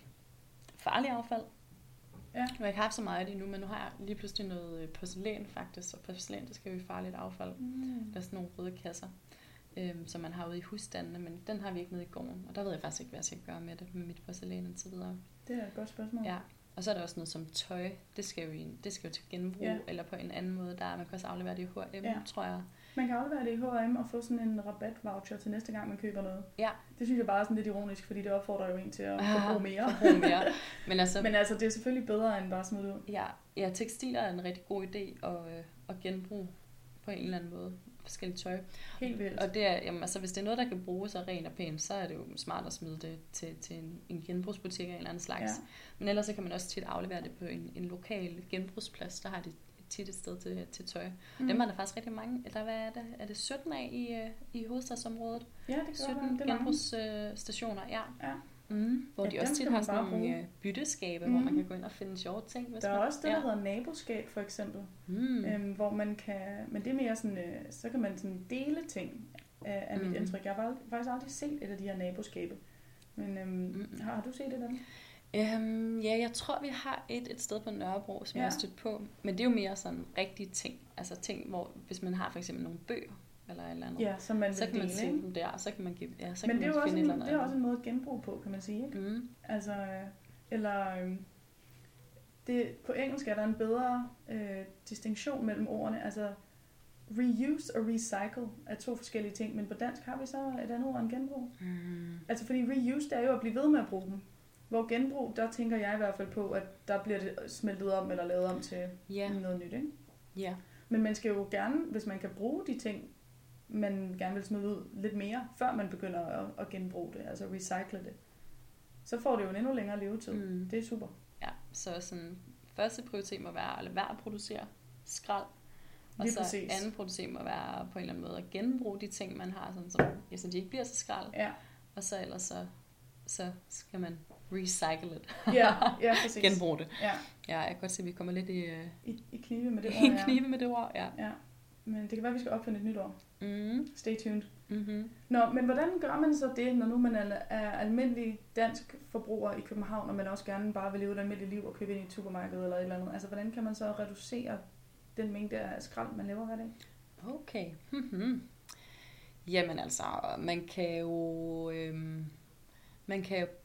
farlig affald. Ja. Nu har jeg ikke haft så meget af det endnu, men nu har jeg lige pludselig noget øh, porcelæn faktisk, og porcelæn, det skal jo i farligt affald. Mm. Der er sådan nogle røde kasser, øhm, som man har ude i husstandene, men den har vi ikke nede i gården, og der ved jeg faktisk ikke, hvad jeg skal gøre med det, med mit porcelæn og så videre. Det er et godt spørgsmål. Ja, og så er der også noget som tøj, det skal jo, i, det skal jo til genbrug, Ja. eller på en anden måde, der man kan også aflevere det i H og M, Ja. tror jeg. Man kan aflevere det i H og M og få sådan en rabat-voucher til næste gang, man køber noget. Ja. Det synes jeg bare er sådan lidt ironisk, fordi det opfordrer jo en til at Ah, forbruge mere. Forbruge mere. Men altså, Men altså, det er selvfølgelig bedre end bare at smide det ud. ja, ja, tekstiler er en rigtig god idé at, øh, at genbruge på en eller anden måde. Forskellige tøj. Helt vildt. Og det er, jamen, altså, hvis det er noget, der kan bruges og rent og pænt, så er det jo smart at smide det til, til en, en genbrugsbutik af en eller anden slags. Ja. Men ellers så kan man også tit aflevere det på en, en lokal genbrugsplads. Der har de tit et sted til, til tøj. Mm. Dem er der faktisk rigtig mange. Eller hvad er det? Er det sytten af i, øh, i hovedstadsområdet? Ja, det kan sytten godt være. Det er mange. genbrugsstationer, ja. Ja. Mm, hvor Ja, de dem også skal tit har man sådan bare nogle bruge. øh, bytteskabe, Mm. hvor man kan gå ind og finde sjove ting. Hvis Der er man, også det, der hedder naboskab, for eksempel. Mm. Øhm, hvor man kan, men det er mere sådan, øh, så kan man sådan dele ting af, af mit Mhm. indtryk. Jeg har ald- faktisk aldrig set et af de her naboskabe. Men øhm, Mhm. har, har du set et af dem? Øhm, ja, jeg tror, vi har et et sted på Nørrebro, som ja. Ja. jeg har stødt på. Men det er jo mere sådan rigtige ting. Altså ting, hvor hvis man har for eksempel nogle bøger, eller et eller andet, Ja, som man så vil kan man dele, se ikke? dem der, og så kan man give, ja, så Men kan det er man jo også finde en, et eller det er andet. også en måde at genbruge på, kan man sige, ikke? Mm. Altså, øh, eller øh, det, på engelsk er der en bedre øh, distinktion mellem ordene. Altså, reuse og recycle er to forskellige ting, men på dansk har vi så et andet ord end genbrug. Mm. Altså, fordi reuse, det er jo at blive ved med at bruge dem. Hvor genbrug, der tænker jeg i hvert fald på, at der bliver det smeltet om eller lavet om til Ja, noget nyt, ikke? ja. Men man skal jo gerne, hvis man kan bruge de ting, man gerne vil smide ud lidt mere, før man begynder at, at genbruge det, altså recycle det. Så får det jo en endnu længere levetid. Mm. Det er super. Ja, så sådan, første prioritet må være at lade være at producere skrald. Og Lige så præcis. anden prioritet må være på en eller anden måde at genbruge de ting, man har, sådan, så, ja, så de ikke bliver så skrald. Ja, Og så ellers så, så skal man recycle it. ja, ja præcis. Genbruge det. Ja, Ja, jeg kan godt se, at vi kommer lidt i, uh, i, i knibe med det i ord, en ja. knibe med det ord. Ja. Ja, men det kan være, at vi skal opfinde et nyt ord. Mm. Stay tuned. Mm-hmm. Nå, men hvordan gør man så det, når nu man er, er almindelig dansk forbruger i København, og man også gerne bare vil leve et almindeligt liv og købe ind i et supermarked eller et eller andet? Altså, hvordan kan man så reducere den mængde af skrald, man laver hver dag? Okay. Mm-hmm. Jamen altså, man kan jo, øhm, man kan jo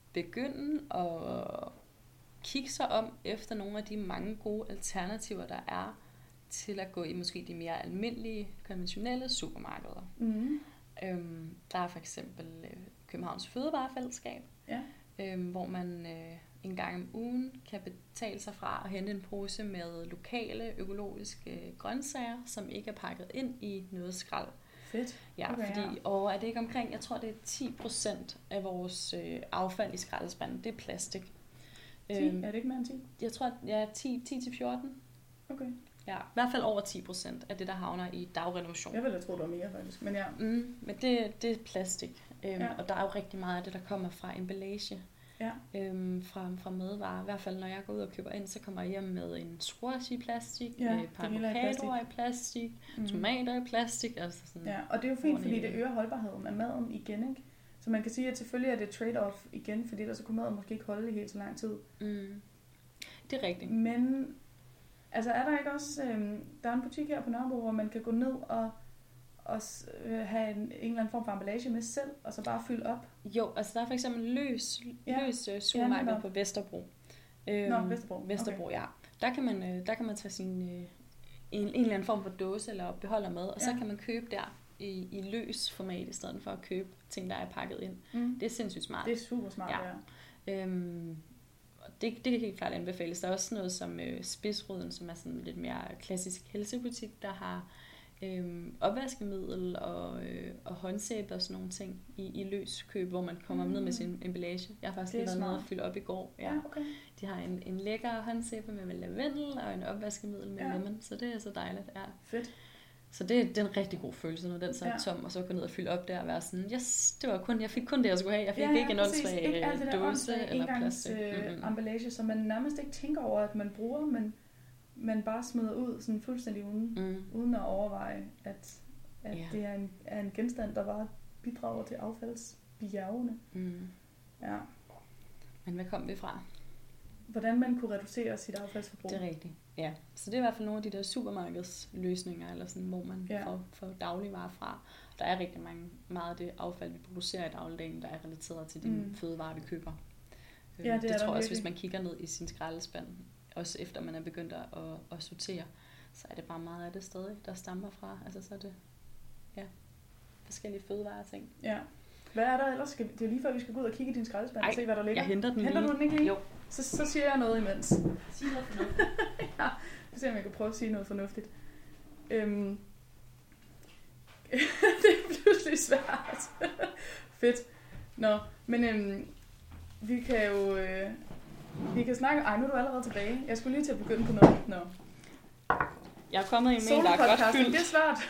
begynde at kigge sig om efter nogle af de mange gode alternativer, der er til at gå i måske de mere almindelige, konventionelle supermarkeder. Mm. Øhm, der er for eksempel øh, Københavns Fødevarefællesskab, Ja. øhm, hvor man øh, en gang om ugen kan betale sig fra at hente en pose med lokale økologiske grøntsager, som ikke er pakket ind i noget skrald. Fedt. Ja, Okay, fordi, ja. og er det ikke omkring, jeg tror det er ti procent af vores øh, affald i skraldespanden, det er plastik. ti? Øhm, Er det ikke mere end ti? jeg tror, ja, ti til fjorten. Okay. Ja, i hvert fald over ti procent af det, der havner i dagrenovation. Jeg ville have troet, det var mere faktisk, men ja. Mm, men det, det er plastik, øhm, Ja. og der er jo rigtig meget af det, der kommer fra emballage, Ja. øhm, fra, fra madvarer. I hvert fald, når jeg går ud og køber ind, så kommer jeg hjem med en squash i plastik, Ja, øh, det hele er i avocadoer i plastik, Mm. tomater i plastik. Altså sådan, Ja, og det er jo fint, fordi ordentligt. det øger holdbarheden af maden igen, ikke? Så man kan sige, at selvfølgelig er det trade-off igen, fordi der så kunne maden måske ikke holde i helt så lang tid. Mm. Det er rigtigt. Men altså er der ikke også, øhm, der er en butik her på Nørrebro, hvor man kan gå ned og, og s- øh, have en, en eller anden form for emballage med selv, og så bare fylde op. Jo, altså der er for eksempel løs, Ja. løs øh, supermarked netop. på Vesterbro. Øhm, Nå, Vesterbro. Vesterbro, Okay. ja. Der kan man, øh, der kan man tage sin, øh, en, en eller anden form for dåse eller beholder med, og så Ja. kan man købe der i, i løs format, i stedet for at købe ting, der er pakket ind. Mm. Det er sindssygt smart. Det er super smart, Ja. ja. Øhm, og det, det kan helt klart anbefales. Der er også noget som øh, Spidsruden, som er sådan lidt mere klassisk helsebutik, der har øhm, opvaskemiddel og, øh, og håndsæbe og sådan nogle ting i, i løs køb, hvor man kommer Mm. ned med sin emballage. Jeg har faktisk Det er lige været nede smart. og fylde op i går. Ja. Ja, okay. De har en, en lækker håndsæbe med lavendel og en opvaskemiddel med Ja. lemon, så det er så dejligt. Ja. Fedt. Så det, det er en rigtig god følelse, når den så er Ja. tom, og så gå ned og fylde op der og være sådan, yes, det var kun, jeg fik kun det, jeg skulle have. Jeg fik Ja, ja, ikke en præcis. åndssvag Ikke alt det der dåse åndssvage eller engangs, plastik. øh, Mm-mm. emballage, som man nærmest ikke tænker over, at man bruger, men man bare smider ud sådan fuldstændig uden, Mm. uden at overveje, at, at Ja. det er en, er en genstand, der bare bidrager til affaldsbjergene. Mm. Ja. Men hvad kom vi fra? Hvordan man kunne reducere sit affaldsforbrug. Det er rigtigt. Ja, så det er i hvert fald nogle af de der supermarkedsløsninger, eller sådan, hvor man Ja. får, får dagligvarer fra. Der er rigtig mange, meget af det affald, vi producerer i dagligdagen, der er relateret til de Mm. mm. fødevarer, vi køber. Øh, Ja, det det er tror der jeg også, virkelig. hvis man kigger ned i sin skraldespand, også efter man er begyndt at, at, at sortere, så er det bare meget af det stadig, der stammer fra. Altså så er det ja, forskellige fødevarer ting. Ja. Hvad er der ellers? Skal vi, det er lige før, vi skal gå ud og kigge i din skraldespand og Ej, se, hvad der ligger. Jeg henter den Henter lige. du den ikke lige? Jo. Så, så siger jeg noget imens. Sig noget fornuftigt. Ja, vi ser, om jeg kan prøve at sige noget fornuftigt. Øhm. Det er pludselig svært. Fedt. Nå, men øhm, vi kan jo... Øh, vi kan snakke... Ej, nu er du allerede tilbage. Jeg skulle lige til at begynde på noget. Nå. Jeg er kommet i en mail, der er godt Solopodcasting, fyldt. det er svært.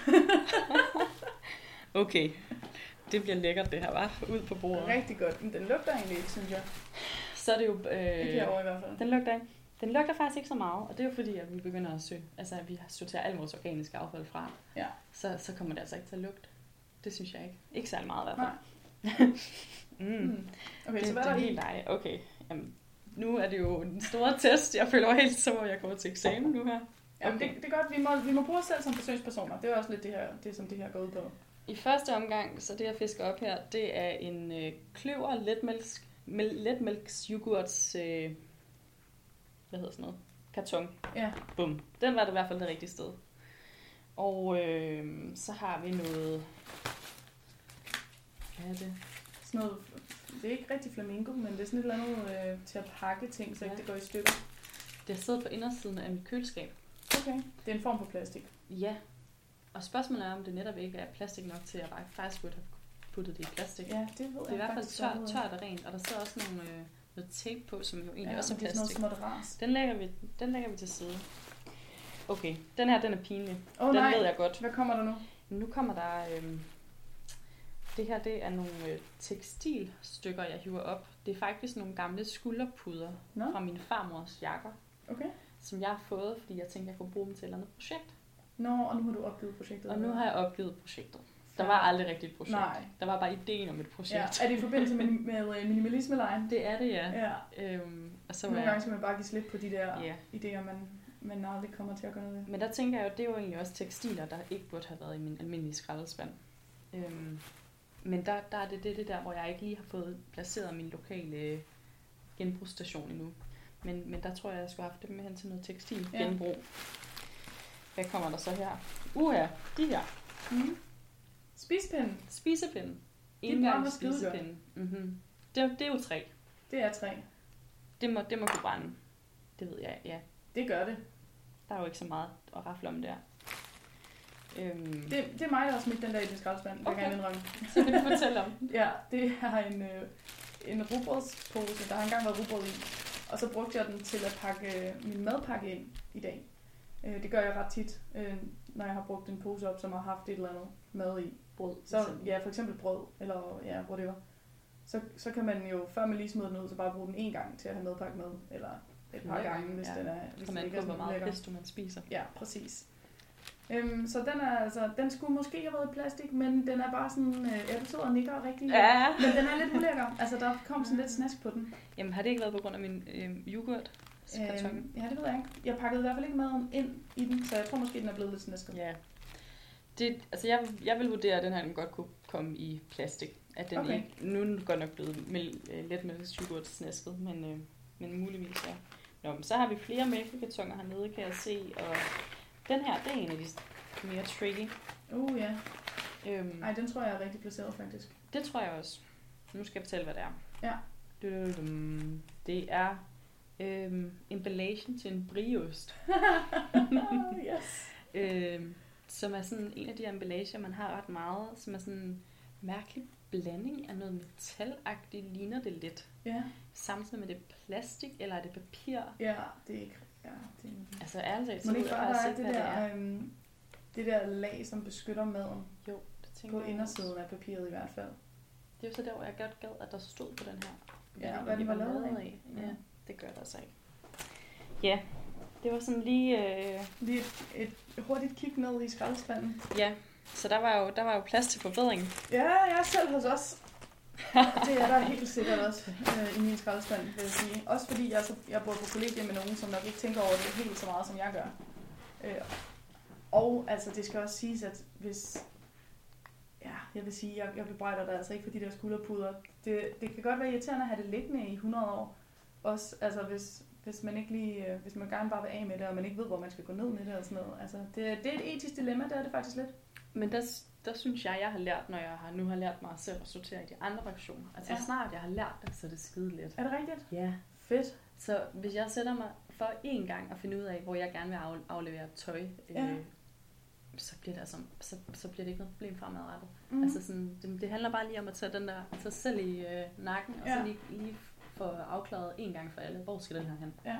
Okay, det bliver lækkert det her, var ud på bordet. Rigtig godt. Men den lugter egentlig ikke, synes jeg. Så er det jo... Øh, Ikke herovre i hvert fald. Den lugter ikke. Den lugter faktisk ikke så meget, og det er jo fordi, at vi begynder at søge, altså at vi sorterer alt vores organiske affald fra. Ja. Så, så kommer det altså ikke til at lugte. Det synes jeg ikke. Ikke særlig meget i hvert Nej. fald. mm. Mm. Okay, det, så hvad det er er der helt i? dejligt. Okay, jamen, nu er det jo en stor test. Jeg føler mig helt så, at jeg kommer til eksamen nu her. Ja, Okay. det, det er godt. Vi må, vi må bruge os selv som forsøgspersoner. Det er også lidt det, her, det som det her går ud på. I første omgang, så det jeg fisker op her, det er en øh, kløver letmælks, mel, letmælks yoghurts, øh, hvad hedder sådan noget, karton. Ja. Bum. Den var det i hvert fald det rigtige sted. Og øh, så har vi noget, hvad er det? Sådan noget, det er ikke rigtig flamingo, men det er sådan et eller andet øh, til at pakke ting, så Ja. ikke det går i stykker. Det har siddet på indersiden af mit køleskab. Okay. Det er en form for plastik. Ja. Og spørgsmålet er, om det netop ikke er plastik nok til, at jeg bare faktisk burde have puttet det i plastik. Ja, det ved Det er i jeg hvert fald faktisk tør, godt. tørt og rent, og der sidder også nogle, øh, noget tape på, som jo egentlig Ja, også er men det er sådan noget plastik. småt ras. Den lægger, vi, den lægger vi til side. Okay, den her, den er pinlig. Åh Den nej, ved jeg godt. hvad kommer der nu? Nu kommer der... Øhm, det her, det er nogle øh, tekstilstykker, jeg hiver op. Det er faktisk nogle gamle skulderpuder Nå, fra min farmors jakker, okay. som jeg har fået, fordi jeg tænkte, jeg kunne bruge dem til et eller andet projekt. Nå, og nu har du opgivet projektet. Og nu har jeg opgivet projektet. Der var aldrig rigtigt et projekt. Nej. Der var bare ideen om et projekt. Ja, er det i forbindelse med, med øh, minimalisme-lejen? Det er det, ja. Ja. Øhm, og så var Nogle jeg, gange skal man bare give slip på de der ja. idéer, man, man aldrig kommer til at gøre noget ved. Men der tænker jeg jo, det er jo egentlig også tekstiler, der ikke burde have været i min almindelige skraldespand. Øhm, men der, der er det, det det der, hvor jeg ikke lige har fået placeret min lokale genbrugsstation endnu. Men, men der tror jeg, jeg skulle have haft dem med hen til noget tekstil Ja. genbrug. Hvad kommer der så her? Uha, de her. Mm. Spispinde. Spisepinde. De er varme og skidegodt. Spisepinde. Mm-hmm. Det, det er jo tre. Det er tre. Det må, det må kunne brænde. Det ved jeg, ja. Det gør det. Der er jo ikke så meget at rafle om der. Øhm. Det, det er mig, der har smidt den der i din skraldespand. Okay. Okay. Jeg indrømme. Så vil du fortælle om. Ja, det er en, øh, en rugbrødspose. Der har engang været rugbrød i. Og så brugte jeg den til at pakke øh, min madpakke ind i dag. Øh, det gør jeg ret tit, øh, når jeg har brugt en pose op, som har haft et eller andet mad i. Brød. Så ja, for eksempel brød, eller ja, whatever. Så, så kan man jo, før man lige smider den ud, så bare bruge den en gang til at have madpakke med. Eller et par Ja, gange, hvis ja. den er hvis Kommer den an ikke på, er hvor sådan meget lækker. pesto man spiser. Ja, præcis. Øhm, så den er altså, den skulle måske have været i plastik, men den er bare sådan, øh, ja, du sidder og nikker rigtig. Ja. Men den er lidt ulækker. Altså, der kom sådan lidt snask på den. Jamen, har det ikke været på grund af min øh, yoghurt? Øhm, ja, det ved jeg ikke. Jeg pakkede i hvert fald ikke maden ind i den, så jeg tror måske, den er blevet lidt snasket. Ja. Det, altså, jeg, jeg vil vurdere, at den her den godt kunne komme i plastik. At den Okay. ikke, nu er den godt nok blevet mel, øh, letmælkes yoghurt snasket, men, øh, men muligvis ja. Nå, men så har vi flere mælkekartoner hernede, kan jeg se, og den her, det er en af de mere tricky. Uh, ja. Øhm, Ej, den tror jeg er rigtig placeret, faktisk. det tror jeg også. Nu skal jeg fortælle, hvad det er. Ja. Dududum. Det er øhm, emballation til en briost. Yes. øhm, som er sådan en af de emballager, man har ret meget, som er sådan en mærkelig blanding af noget metalagtigt, ligner det lidt. Ja. Samtidig med det plastik, eller er det papir? Ja, det er ikke... Ja, det er... Altså ærligt talt, så Må det ved ikke jeg bare faktisk være ikke, det hvad det der, er. øhm, det der lag, som beskytter maden Jo, det tænker på jeg indersiden også. af papiret i hvert fald? Det er jo så der, hvor jeg godt gad, at der stod på den her. Ja, hvad den var lavet af. Ja, Ja. det gør der altså ikke. Ja, det var sådan lige... Øh... Lige et, et hurtigt kig ned i skraldespanden. Ja, så der var jo, der var jo plads til forbedring. Ja, jeg er selv hos os. Det er der helt sikkert også øh, i min skraldespand, vil jeg sige. Også fordi jeg, så, jeg bor på kollegie med nogen, som nok ikke tænker over det helt så meget, som jeg gør. Øh, og altså, det skal også siges, at hvis... Ja, jeg vil sige, jeg, jeg bebrejder dig altså ikke for de der skulderpuder. Det, det kan godt være irriterende at have det liggende i hundrede år. Også, altså, hvis, hvis man ikke lige... Øh, hvis man gerne bare vil af med det, og man ikke ved, hvor man skal gå ned med det og sådan noget. Altså, det, det er et etisk dilemma, det er det faktisk lidt. Men der, der synes jeg, jeg har lært, når jeg har, nu har lært mig selv at sortere i de andre fraktioner. Altså Ja. ja. snart jeg har lært det, så er det skide let. Er det rigtigt? Ja. Fedt. Så hvis jeg sætter mig for én gang at finde ud af, hvor jeg gerne vil af, aflevere tøj, Ja. øh, så, bliver det altså, så, så bliver det ikke noget problem fremadrettet. Mm. Mm. Altså sådan, det, det handler bare lige om at tage den der, tage sig selv i øh, nakken, og Ja. så lige, lige få afklaret en gang for alle, hvor skal den her hen? Ja.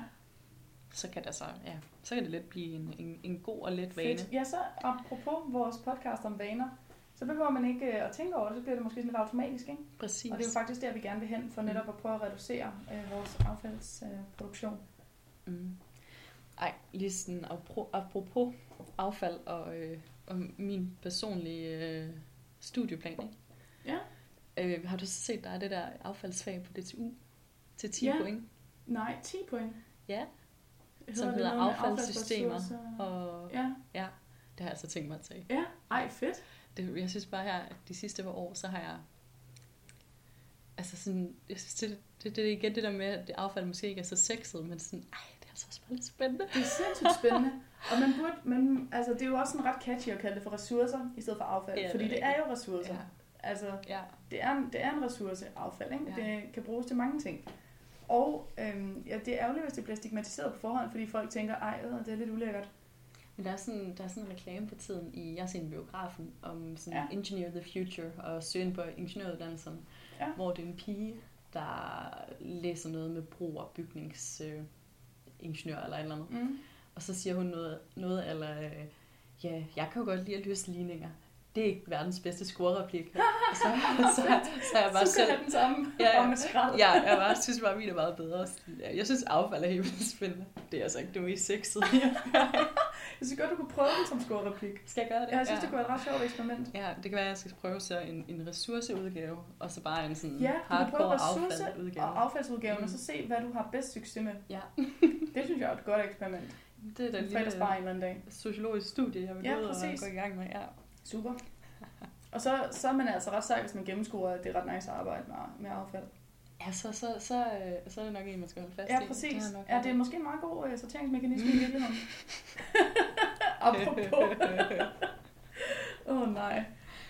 Så kan det så, ja, så kan det let blive en, en, en god og let vane. Fedt. Ja, så apropos vores podcast om vaner, så behøver man ikke øh, at tænke over det, så bliver det måske sådan lidt automatisk, ikke? Præcis. Og det er jo faktisk der, vi gerne vil hen, for netop at prøve at reducere øh, vores affaldsproduktion. Øh, mm. Ej, lige sådan apro- apropos affald og, øh, og min personlige øh, studieplan, ikke? Ja. Øh, har du så set, der er det der affaldsfag på D T U til ti Ja. point? Nej, ti point. Ja, Hedder som det hedder noget med affaldssystemer. affaldsressourcer? Og Ja, ja, det har jeg altså tænkt mig at tage. ja. Ej, fedt. Det, jeg synes bare her, at de sidste par år, så har jeg... Altså sådan, jeg synes, det, det, det er igen det der med, at det affald måske ikke er så sexet, men sådan, ej, det er altså også bare lidt spændende. Det er sindssygt spændende. Og man burde, man, altså, det er jo også sådan ret catchy at kalde det for ressourcer, i stedet for affald. Ja, det er fordi det rigtigt. er jo ressourcer. Ja, Altså, ja. det er, det er en ressource, affald, ikke? Ja. Det kan bruges til mange ting. Og øhm, ja, det er ærgerligt, hvis det bliver stigmatiseret på forhånd, fordi folk tænker, ej, øh, det er lidt ulækkert. Men der er, sådan, der er sådan en reklame på tiden i, jeg har set en biografen, om sådan Ja. Engineer the Future og søgen på ingeniøruddannelsen, Ja. hvor det er en pige, der læser noget med bro- og bygningsingeniør øh, ingeniør eller et eller andet. Mm. Og så siger hun noget, noget eller, øh, ja, jeg kan jo godt lide at løse ligninger. Det er ikke verdens bedste scorereplik. så, så, så er jeg bare så selv... kan den samme, Ja, ja. og med skrald. Ja, jeg bare, synes bare, at min er meget bedre. Jeg synes, affald er helt vildt spændende. Det er altså ikke det mest sexede. Jeg synes godt, du kunne prøve den som scorereplik. Skal jeg gøre det? Jeg synes, ja. det kunne være et ret sjovt eksperiment. Ja, det kan være, at jeg skal prøve så en, en ressourceudgave, og så bare en sådan Ja, du kan prøve hardcore ressource- affaldsudgave. og affaldsudgaven, mm. og Mm. så se, hvad du har bedst succes med. Ja. Det synes jeg er et godt eksperiment. Det er da En fredagsbar en lille eller anden dag. sociologisk studie, jeg vil Ja, gå ud og præcis. gå i gang med. Ja. Super. Og så, så er man altså ret sej, hvis man gennemskuer, at det er ret nice at arbejde med, med affald. Ja, så, så, så, øh, så er det nok en, man skal holde fast i. Ja, præcis. Det nok ja, det er måske en meget god uh, sorteringsmekanisme i virkeligheden. Apropos. Åh oh, nej.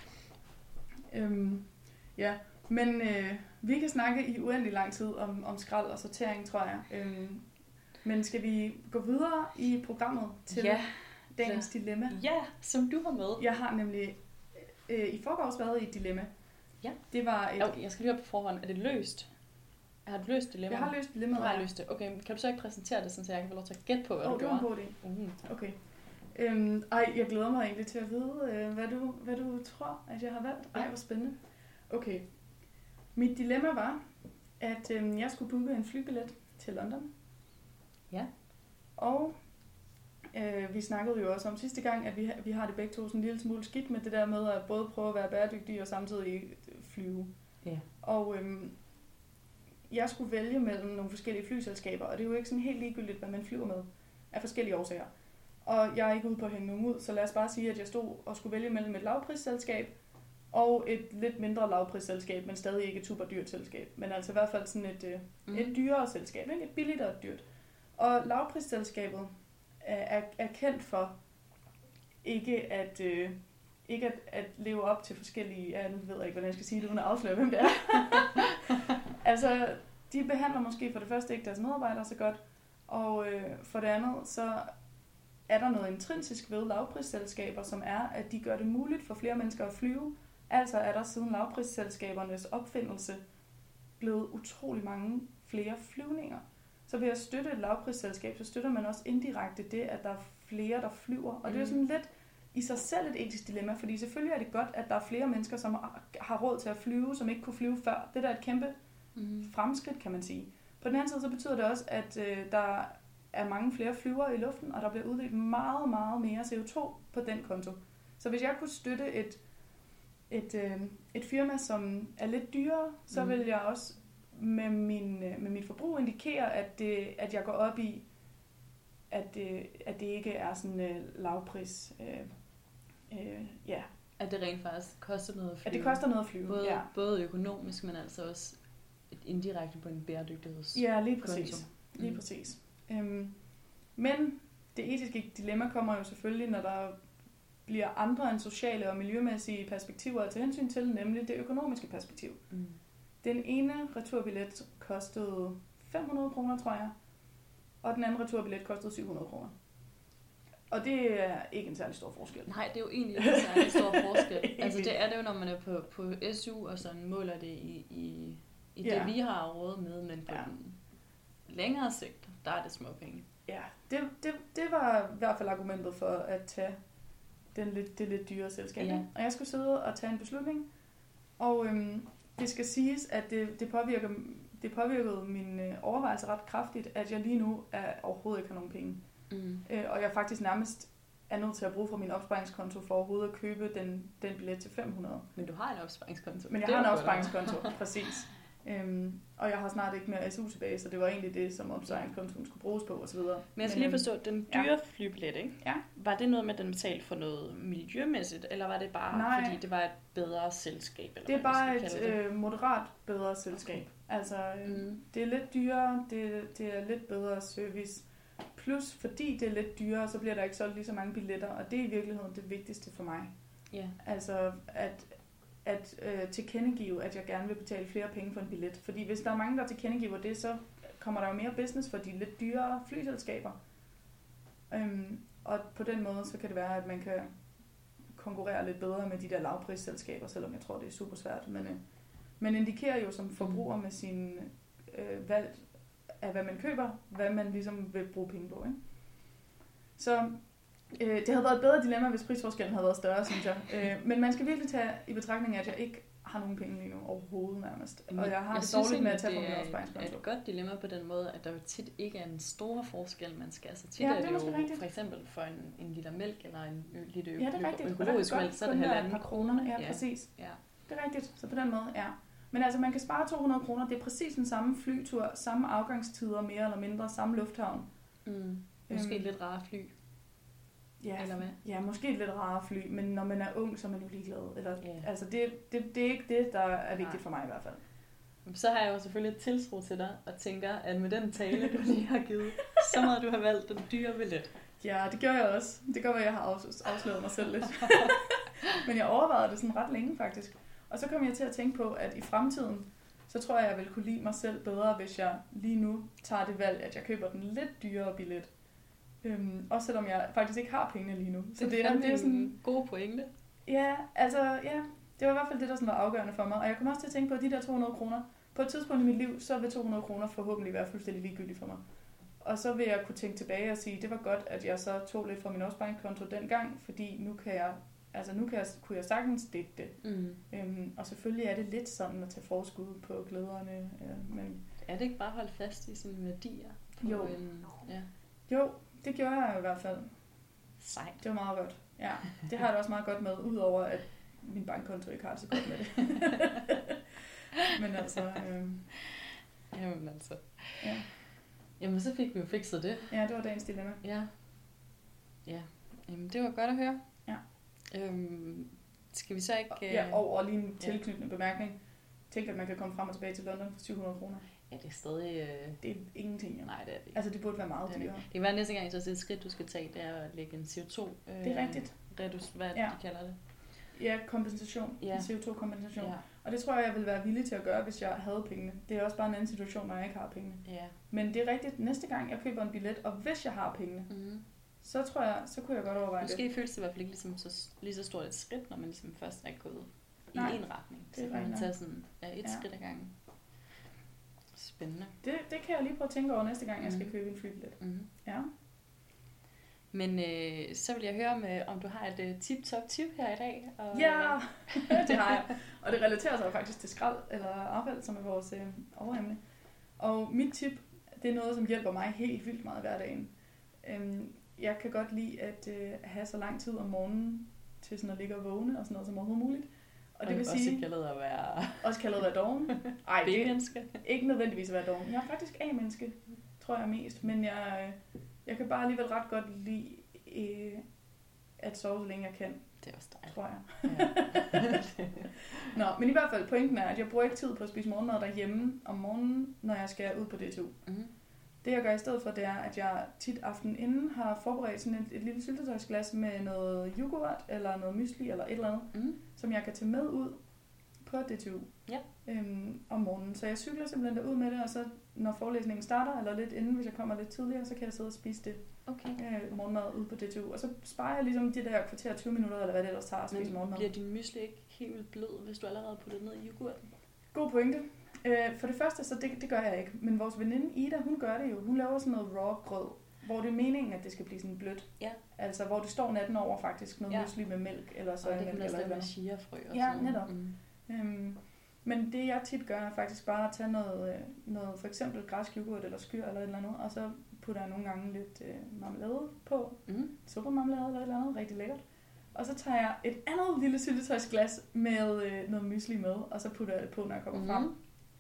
Øhm, ja, men øh, vi kan snakke i uendelig lang tid om, om skrald og sortering, tror jeg. Øhm, men skal vi gå videre i programmet til ja, dagens så, dilemma? Ja, som du har med. Jeg har nemlig øh, i forgårs været i et dilemma. Ja. Det var et... Okay, jeg skal lige op på forhånd. Er det løst? Har du løst dilemmaet? Jeg har løst dilemmaet. Du har løst det. Okay, kan du så ikke præsentere det, så jeg kan få lov til at gætte på, hvad oh, du gjorde? Åh, det var en god idé. Uh. Okay. Øhm, ej, jeg glæder mig egentlig til at vide, øh, hvad, du, hvad du tror, at jeg har valgt. Ej, hvor spændende. Okay. Mit dilemma var, at øh, jeg skulle booke en flybillet til London. Ja. Og øh, vi snakkede jo også om sidste gang, at vi, vi har det begge to sådan en lille smule skidt med det der med at både prøve at være bæredygtige og samtidig flyve. Ja. Og øh, jeg skulle vælge mellem nogle forskellige flyselskaber, og det er jo ikke sådan helt ligegyldigt, hvad man flyver med af forskellige årsager. Og jeg er ikke ude på at hænge nogen ud, så lad os bare sige, at jeg stod og skulle vælge mellem et lavprisselskab og et lidt mindre lavprisselskab, men stadig ikke et super dyrt selskab. Men altså i hvert fald sådan et, mm. et dyrere selskab, ikke? Et billigt og et dyrt. Og lavprisselskabet er, er kendt for ikke at, øh, ikke at, at leve op til forskellige... Ja, nu ved jeg ikke, hvordan jeg skal sige det, uden at afsløre, hvem det er. Altså, de behandler måske for det første ikke deres medarbejdere så godt, og øh, for det andet, så er der noget intrinsisk ved lavprisselskaber, som er, at de gør det muligt for flere mennesker at flyve. Altså er der siden lavprisselskabernes opfindelse blevet utrolig mange flere flyvninger. Så ved at støtte et lavprisselskab, så støtter man også indirekte det, at der er flere, der flyver. Og det er jo sådan lidt i sig selv et etisk dilemma, fordi selvfølgelig er det godt, at der er flere mennesker, som har råd til at flyve, som ikke kunne flyve før. Det der er et kæmpe mm. fremskridt, kan man sige. På den anden side, så betyder det også, at øh, der er mange flere flyvere i luften, og der bliver udledt meget, meget mere C O to på den konto. Så hvis jeg kunne støtte et, et, øh, et firma, som er lidt dyrere, så mm. vil jeg også med, min, med mit forbrug indikere, at, det, at jeg går op i, at det, at det ikke er sådan en uh, lavpris. Øh, øh, ja. At det rent faktisk koster noget at flyve. At det koster noget at flyve, både, ja. Både økonomisk, men altså også indirekte på en bæredygtigheds. Ja, lige præcis. Lige mm. præcis. Øhm, men det etiske dilemma kommer jo selvfølgelig, når der bliver andre end sociale og miljømæssige perspektiver at tage hensyn til, nemlig det økonomiske perspektiv. Mm. Den ene returbillet kostede fem hundrede kroner, tror jeg, og den anden returbillet kostede syv hundrede kroner. Og det er ikke en særlig stor forskel. Nej, det er jo egentlig ikke en særlig stor forskel. Altså det er det jo, når man er på, på S U og sådan måler det i, i, i det, ja. Vi har råd med, men på ja. Den længere sigt, der er det små penge. Ja, det, det, det var i hvert fald argumentet for at tage den lidt, det lidt dyre selskab. Ja. Og jeg skulle sidde og tage en beslutning, og øhm, det skal siges, at det, det, påvirker, det påvirkede min øh, overvejelse ret kraftigt, at jeg lige nu er, overhovedet ikke har nogen penge. Mm. Øh, og jeg faktisk nærmest er nødt til at bruge fra min opsparingskonto for overhovedet at købe den, den billet til fem hundrede. Men du har en opsparingskonto. Men jeg det har en opsparingskonto, præcis. Øhm, og jeg har snart ikke mere S U tilbage, så det var egentlig det, som opsparingskontoen skulle bruges på osv. Men jeg skal lige forstå, den dyre ja. Flybillet, ikke? Ja. Var det noget med, at den betalte for noget miljømæssigt, eller var det bare Nej. Fordi det var et bedre selskab? Eller det er bare et øh, moderat bedre selskab. Okay. Altså, øh, mm. det er lidt dyrere, det, det er lidt bedre service. Plus, fordi det er lidt dyrere, så bliver der ikke solgt lige så mange billetter, og det er i virkeligheden det vigtigste for mig. Yeah. Altså, at at øh, tilkendegive, at jeg gerne vil betale flere penge for en billet. Fordi hvis der er mange, der tilkendegiver det, så kommer der jo mere business for de lidt dyrere flyselskaber. Øhm, og på den måde, så kan det være, at man kan konkurrere lidt bedre med de der lavprisselskaber, selvom jeg tror, det er super svært. Men øh, man indikerer jo som forbruger med sin øh, valg af, hvad man køber, hvad man ligesom vil bruge penge på. Ikke? Så Øh, det havde været et bedre dilemma, hvis prisforskellen havde været større, synes jeg. Øh, men man skal virkelig tage i betragtning, at jeg ikke har nogen penge lige nu overhovedet nærmest. Og jeg har jeg det dårligt med at tage fra min opsparingskonto. Det er et godt dilemma på den måde, at der jo tit ikke er en stor forskel, man skal. Altså tit ja, er det, det jo rigtigt. For eksempel for en, en liter mælk eller en ø, liter ø, ja, det er rigtigt. økologisk mælk, så er det halvanden kroner. Ja, ja, præcis. Ja. Det er rigtigt. Så på den måde, ja. Men altså, man kan spare to hundrede kroner. Det er præcis den samme flytur, samme afgangstider, mere eller mindre, samme lufthavn. Mm. Måske øhm, lidt rare fly. Ja, eller hvad? Ja, måske et lidt rarere fly, men når man er ung, så er man jo ligeglad. Eller, yeah. Altså, det, det, det er ikke det, der er vigtigt Nej. For mig i hvert fald. Så har jeg jo selvfølgelig tiltro til dig, og tænker, at med den tale, du lige har givet, så må du have valgt den dyre billet. Ja, det gør jeg også. Det gør, at jeg har afsløret mig selv lidt. Men jeg overvejede det sådan ret længe faktisk. Og så kom jeg til at tænke på, at i fremtiden, så tror jeg, jeg vil kunne lide mig selv bedre, hvis jeg lige nu tager det valg, at jeg køber den lidt dyrere billet. Øhm, også selvom jeg faktisk ikke har pengene lige nu. Så det, det er, det er sådan en god pointe. Ja, altså, ja. Det var i hvert fald det, der sådan var afgørende for mig. Og jeg kom også til at tænke på, at de der to hundrede kroner, på et tidspunkt i mit liv, så vil to hundrede kroner forhåbentlig være fuldstændig ligegyldigt for mig. Og så vil jeg kunne tænke tilbage og sige, det var godt, at jeg så tog lidt fra min opsparingskonto dengang, fordi nu kan jeg, altså nu kan jeg, kunne jeg sagtens dække det. Mm. Øhm, og selvfølgelig er det lidt sådan at tage forskud på glæderne. Ja, men er det ikke bare at holde fast i sine værdier? Jo. En, ja. Jo, det gjorde jeg i hvert fald. Sejt. Det var meget godt. Ja, det har jeg da også meget godt med, udover at min bankkonto ikke har det så godt med det. Men altså... Øhm, Jamen altså... Ja. Jamen, så fik vi jo fikset det. Ja, det var dagens dilemma. Ja. Ja. Jamen, det var godt at høre. Ja. Øhm, skal vi så ikke... Øh... Ja, og, og lige en tilknyttende ja. bemærkning. Tænk, at man kan komme frem og tilbage til London for syv hundrede kroner. Ja, det er stadig... Øh... Det er ingenting, jo. Nej, det er det ikke. Altså, det burde være meget dyrere. Det kan være næste gang, så er det et skridt, du skal tage, det er at lægge en C O to... Øh, det er rigtigt. Redus, hvad ja. de kalder det. Ja, kompensation. Ja. C O to kompensation. Ja. Og det tror jeg, jeg ville være villig til at gøre, hvis jeg havde pengene. Det er også bare en anden situation, når jeg ikke har pengene. Ja. Men det er rigtigt, næste gang jeg køber en billet, og hvis jeg har pengene, mm-hmm. så tror jeg, så kunne jeg godt overveje Måske det. Måske føles det i hvert fald ikke ligesom så, lige så stort et skridt, når man ligesom først er gået Nej, i en retning. Så kan man tage sådan ja, et ja. skridt ad gangen. Spændende. Det, det kan jeg lige prøve at tænke over næste gang, jeg skal mm-hmm. købe en flybillet. Mm-hmm. Ja. Men øh, så vil jeg høre, om, øh, om du har et uh, tip-top-tip her i dag. Og, ja, det har jeg. Og det relaterer sig faktisk til skrald eller affald, som er vores øh, overemne. Og mit tip, det er noget, som hjælper mig helt vildt meget i hverdagen. Øhm, jeg kan godt lide at øh, have så lang tid om morgenen til sådan at ligge og vågne og sådan noget som overhovedet muligt. Og det vil også sige... kaldet at være... Også kaldet at være doven. Ej, B-menneske. Ikke nødvendigvis at være doven. Jeg er faktisk A-menneske, tror jeg mest. Men jeg, jeg kan bare alligevel ret godt lide øh, at sove, så længe jeg kan. Det er også dejligt. Tror jeg. Ja. Nå, men i hvert fald pointen er, at jeg bruger ikke tid på at spise morgenmad derhjemme om morgenen, når jeg skal ud på D to. Mm-hmm. Det jeg gør i stedet for, det er, at jeg tit aftenen inden har forberedt sådan et, et lille syltetøjsglas med noget yoghurt, eller noget mysli, eller et eller andet, mm. som jeg kan tage med ud på D to ja. øhm, om morgenen. Så jeg cykler simpelthen derud med det, og så når forelæsningen starter, eller lidt inden, hvis jeg kommer lidt tidligere, så kan jeg sidde og spise det okay. øh, morgenmad ude på D to. Og så sparer jeg ligesom de der kvarter tyve minutter, eller hvad det ellers tager at spise Men morgenmad. bliver din mysli ikke helt vildt blød, hvis du allerede putter ned i yoghurten? God pointe. Øh, for det første, så det, det gør jeg ikke. Men vores veninde Ida, hun gør det jo. Hun laver sådan noget raw grød, hvor det er meningen, at det skal blive sådan blødt. Ja. Altså, hvor det står natten over faktisk. Noget ja. mysli med mælk, eller så og det kan eller næsten være chiafrø og ja, sådan. netop. Mm. Øhm, men det jeg tit gør, er faktisk bare at tage noget, noget for eksempel græsk yoghurt eller skyr eller et eller andet, og så putter jeg nogle gange lidt øh, marmelade på. Mm. Supermarmelade eller et eller andet. Rigtig lækkert. Og så tager jeg et andet lille syltetøjsglas med øh, noget mysli med, og så putter jeg det på, når jeg kommer mm. frem.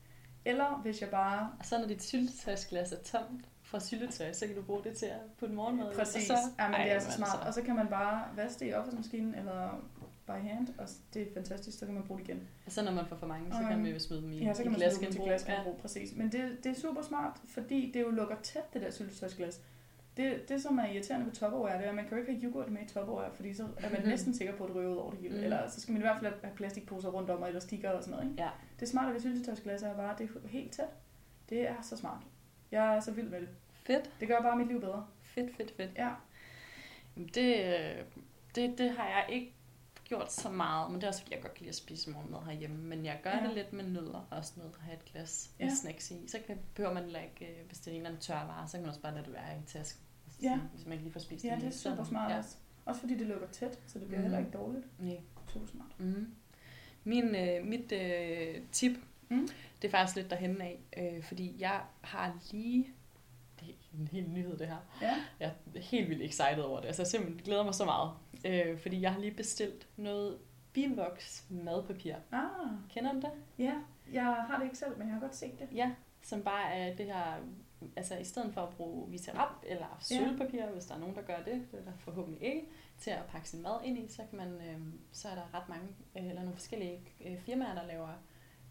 Eller hvis jeg bare... Og så når dit syltetøjsglas er tomt fra syltetøj, så kan du bruge det til at putte morgenmad. Præcis. Så... Ja, men det er så smart. Og så kan man bare vaske det i opvaskemaskinen eller by hand, og det er fantastisk, så kan man bruge det igen. Og så når man får for mange, så kan man jo smide dem i glasgenbrug. Ja, så kan man smide dem til glasgenbrug, ja. Præcis. Men det, det er super smart, fordi det jo lukker tæt, det der syltetøjsglas. Det, det, som er irriterende ved Tupperware, det er, at man kan jo ikke have yoghurt med i Tupperware, fordi så er man næsten sikker på, at det ryger ud over det hele. Mm. Eller så skal man i hvert fald have plastikposer rundt om, eller stikker og sådan noget. Ikke? Ja. Det smarte ved syltetøjsglas er bare, det er helt tæt. Det er så smart. Jeg er så vild med det. Fedt. Det gør bare mit liv bedre. Fedt, fedt, fedt. Ja. Det, det, det har jeg ikke gjort så meget, men det er også fordi, jeg godt kan lide at spise morgenmad herhjemme. Men jeg gør ja. det lidt med nødder og sådan noget, at have et glas ja. med snacks i. Så kan, behøver man heller ikke, hvis det er en eller anden tørvare, så kan man også bare lade det være i tasken. Ja. Sådan, hvis man ikke lige får spist ja, det. Ja, det er super smart ja. også. Også fordi det lukker tæt, så det bliver mm. heller ikke dårligt. Nej. Super smart. Mm. Min, øh, mit øh, tip, mm. det er faktisk lidt derhenne af, øh, fordi jeg har lige, det er en helt nyhed det her, ja. jeg er helt vildt excited over det, altså jeg simpelthen glæder mig så meget, øh, fordi jeg har lige bestilt noget Bivox madpapir. Ah. Kender du det? Ja, jeg har det ikke selv, men jeg har godt set det. Ja, som bare er det her, altså i stedet for at bruge Vitarab eller sølvpapir, ja. hvis der er nogen, der gør det, det er der forhåbentlig ikke, til at pakke sin mad ind i, så kan man, øh, så er der ret mange, øh, eller nogle forskellige øh, firmaer, der laver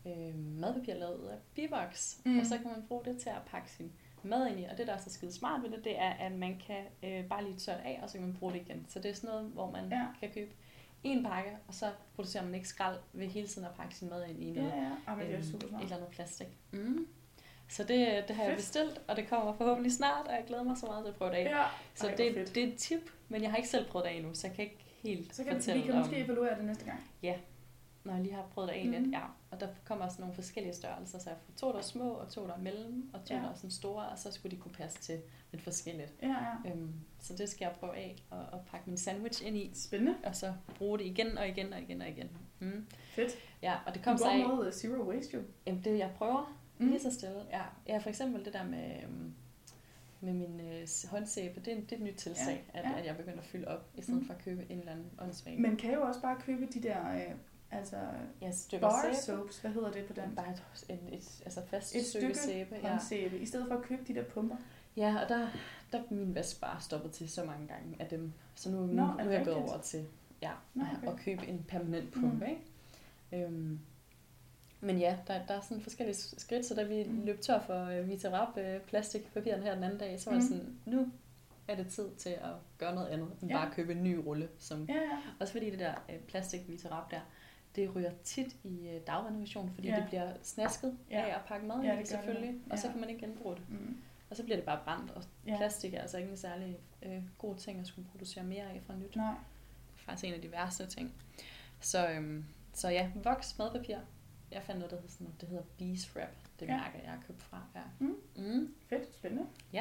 øh, madpapir lavet ud af bivoks, Mm. og så kan man bruge det til at pakke sin mad ind i. Og det, der er så skide smart ved det, det er, at man kan øh, bare lige tørre af, og så kan man bruge det igen. Så det er sådan noget, hvor man Ja. kan købe en pakke, og så producerer man ikke skrald ved hele tiden at pakke sin mad ind i Ja, noget, ja. Ah, men det er øhm, super et smart. eller andet plastik. Mm. Så det, det har jeg Fedt. bestilt, og det kommer forhåbentlig snart, og jeg glæder mig så meget til at prøve det af. Ja. Så Ej, det, hvor fedt. det er et tip, men jeg har ikke selv prøvet det af endnu, så jeg kan ikke helt Så kan vi fortælle kan om, måske evaluere det næste gang. når jeg lige har prøvet det af lidt. Mhm. Ja. Og der kommer også nogle forskellige størrelser, så jeg får to, der er små, og to, der er mellem, og to, Ja. der er sådan store, og så skulle de kunne passe til lidt forskelligt. Ja, ja. Øhm, så det skal jeg prøve af, og, og pakke min sandwich ind i, Spændende. og så bruge det igen og igen og igen og igen. Mm. Fedt. Ja, og det Du kom så går af, med zero waste jo. jamen, det jeg prøver, Mm. lige så stille. Ja, ja, for eksempel det der med, øhm, med min øh, håndsæbe, det er, det er et nyt tiltag, Ja, at, ja. at jeg begynder at fylde op, i stedet Mm. for at købe en eller anden åndssvag. Man kan jo også bare købe de der, øh, altså, Jeg stykker bar sæbe. soaps, hvad hedder det på dansk? Bare et, et, et altså fast Et stykke stykke sæbe. Ja. håndsæbe, i stedet for at købe de der pumper. Ja, og der, der er min vask bare stoppet til så mange gange af dem. Så nu, nu, Nå, nu er er det jeg gået rigtigt? over til ja, Nå, okay. at købe en permanent pumpe. Mm. Ikke? Øhm, men ja, der, der er sådan forskellige skridt, så da vi Mm. løb tør for øh, Vitarab øh, plastikpapiren her den anden dag, så var Mm. det sådan, nu er det tid til at gøre noget andet, end Ja. bare at købe en ny rulle. Som, Ja, ja. også fordi det der øh, plastik Vitarab der, det ryger tit i øh, dagrenovation, fordi Ja. det bliver snasket Ja. af at pakke mad Ja, i, det gør det selvfølgelig. nok. Og så Ja. kan man ikke genbruge det. Mm. Og så bliver det bare brændt, og Ja. plastik er altså ikke en særlig øh, god ting at skulle producere mere af fra nyt. Nej. Det er faktisk en af de værste ting. Så, øhm, så ja, voks madpapir. Jeg fandt noget, der hedder, sådan, noget, det hedder Bees Wrap. Det Ja. mærker jeg har købt fra. Ja. Mm. Mm. Fedt, spændende. Ja.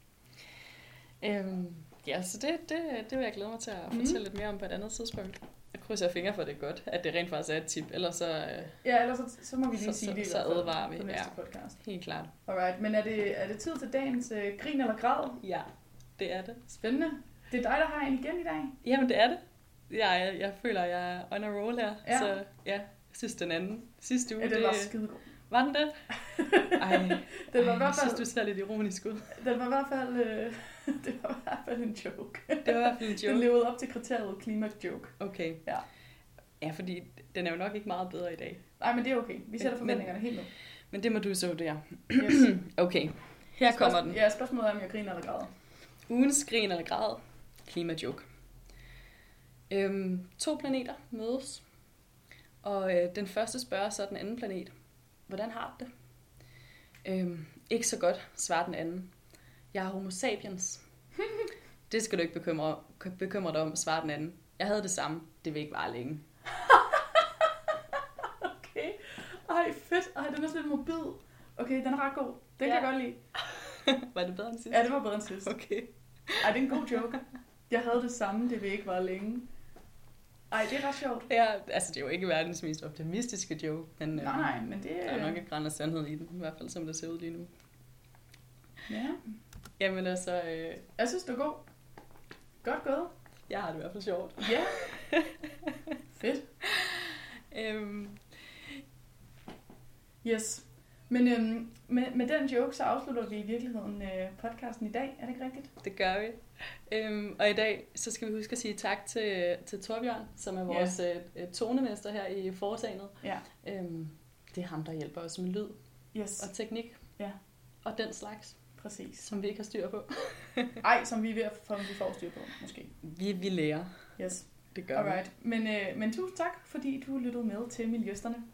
Øhm, ja, så det, det, det vil jeg glæde mig til at Mm. fortælle lidt mere om på et andet tidspunkt. Jeg krydser fingre for, at det er godt, at det rent faktisk er et tip. Ellers så øh, Ja, ellers så, så må vi lige Så- sige så- det i så hvert fald advarer vi, på næste ja. podcast. helt klart. Alright, men er det, er det tid til dagens øh, grin eller græd? Ja, det er det. Spændende. Det er dig, der har en igen i dag. Jamen, det er det. Jeg, jeg, jeg føler, jeg er on a roll her. Ja. Så ja, jeg synes, den anden sidste uge, Ja, den det, var skidegod. var den det? Ej, Den var ej, i hvert jeg synes, fald, du ser lidt ironisk ud. den var i hvert fald, øh, det var i hvert fald en joke. Det var i hvert fald en Den joke. levede op til kriteriet climax joke. Okay. Ja. Ja, fordi den er jo nok ikke meget bedre i dag. Nej, men det er okay. Vi sætter Men- forventningerne helt ned. Men det må du så vurdere. Yes. Okay, her kommer Spørgsmål- den. Ja, spørgsmålet er, om jeg griner eller græder. Ugens grin eller græd. Klimajoke. Øhm, to planeter mødes. Og øh, den første spørger så den anden planet. Hvordan har du det? Øhm, ikke så godt, svarer den anden. Jeg har homo sapiens. Det skal du ikke bekymre, bekymre dig om, svarer den anden. Jeg havde det samme. Det vil ikke vare længe. Okay. Ej, fedt. Ej, den er sådan lidt mobil. Okay, den er ret god. Den Ja. kan jeg godt lide. Var det bedre end sidst? Ja, det var bedre end sidst. Okay. Ej, det er en god joke. Jeg havde det samme, det vil ikke være længe. Ej, det er ret sjovt. Ja, altså det er jo ikke verdens mest optimistiske joke, men øh, Nej, nej, men det der er nok et græn af sandhed i den, i hvert fald som det ser ud lige nu. Ja. Jamen altså, øh, Jeg synes, det er god. Godt gået. jeg har det i hvert fald sjovt. Ja. Fedt. Øhm, Yes. Men øhm, med, med den joke, så afslutter vi i virkeligheden øh, podcasten i dag. Er det ikke rigtigt? det gør vi. Øhm, og i dag, så skal vi huske at sige tak til, til Torbjørn, som er vores yeah. tonemester her i foretagendet. Ja. Øhm, det er ham, der hjælper os med lyd Yes. og teknik. Ja. Og den slags, Præcis. som vi ikke har styr på. Ej, som vi er ved at få, vi får styr på, måske. Vi, vi lærer. Yes. Det gør Alright. Men, øh, men tusind tak, fordi du lyttede med til Miljøsterne.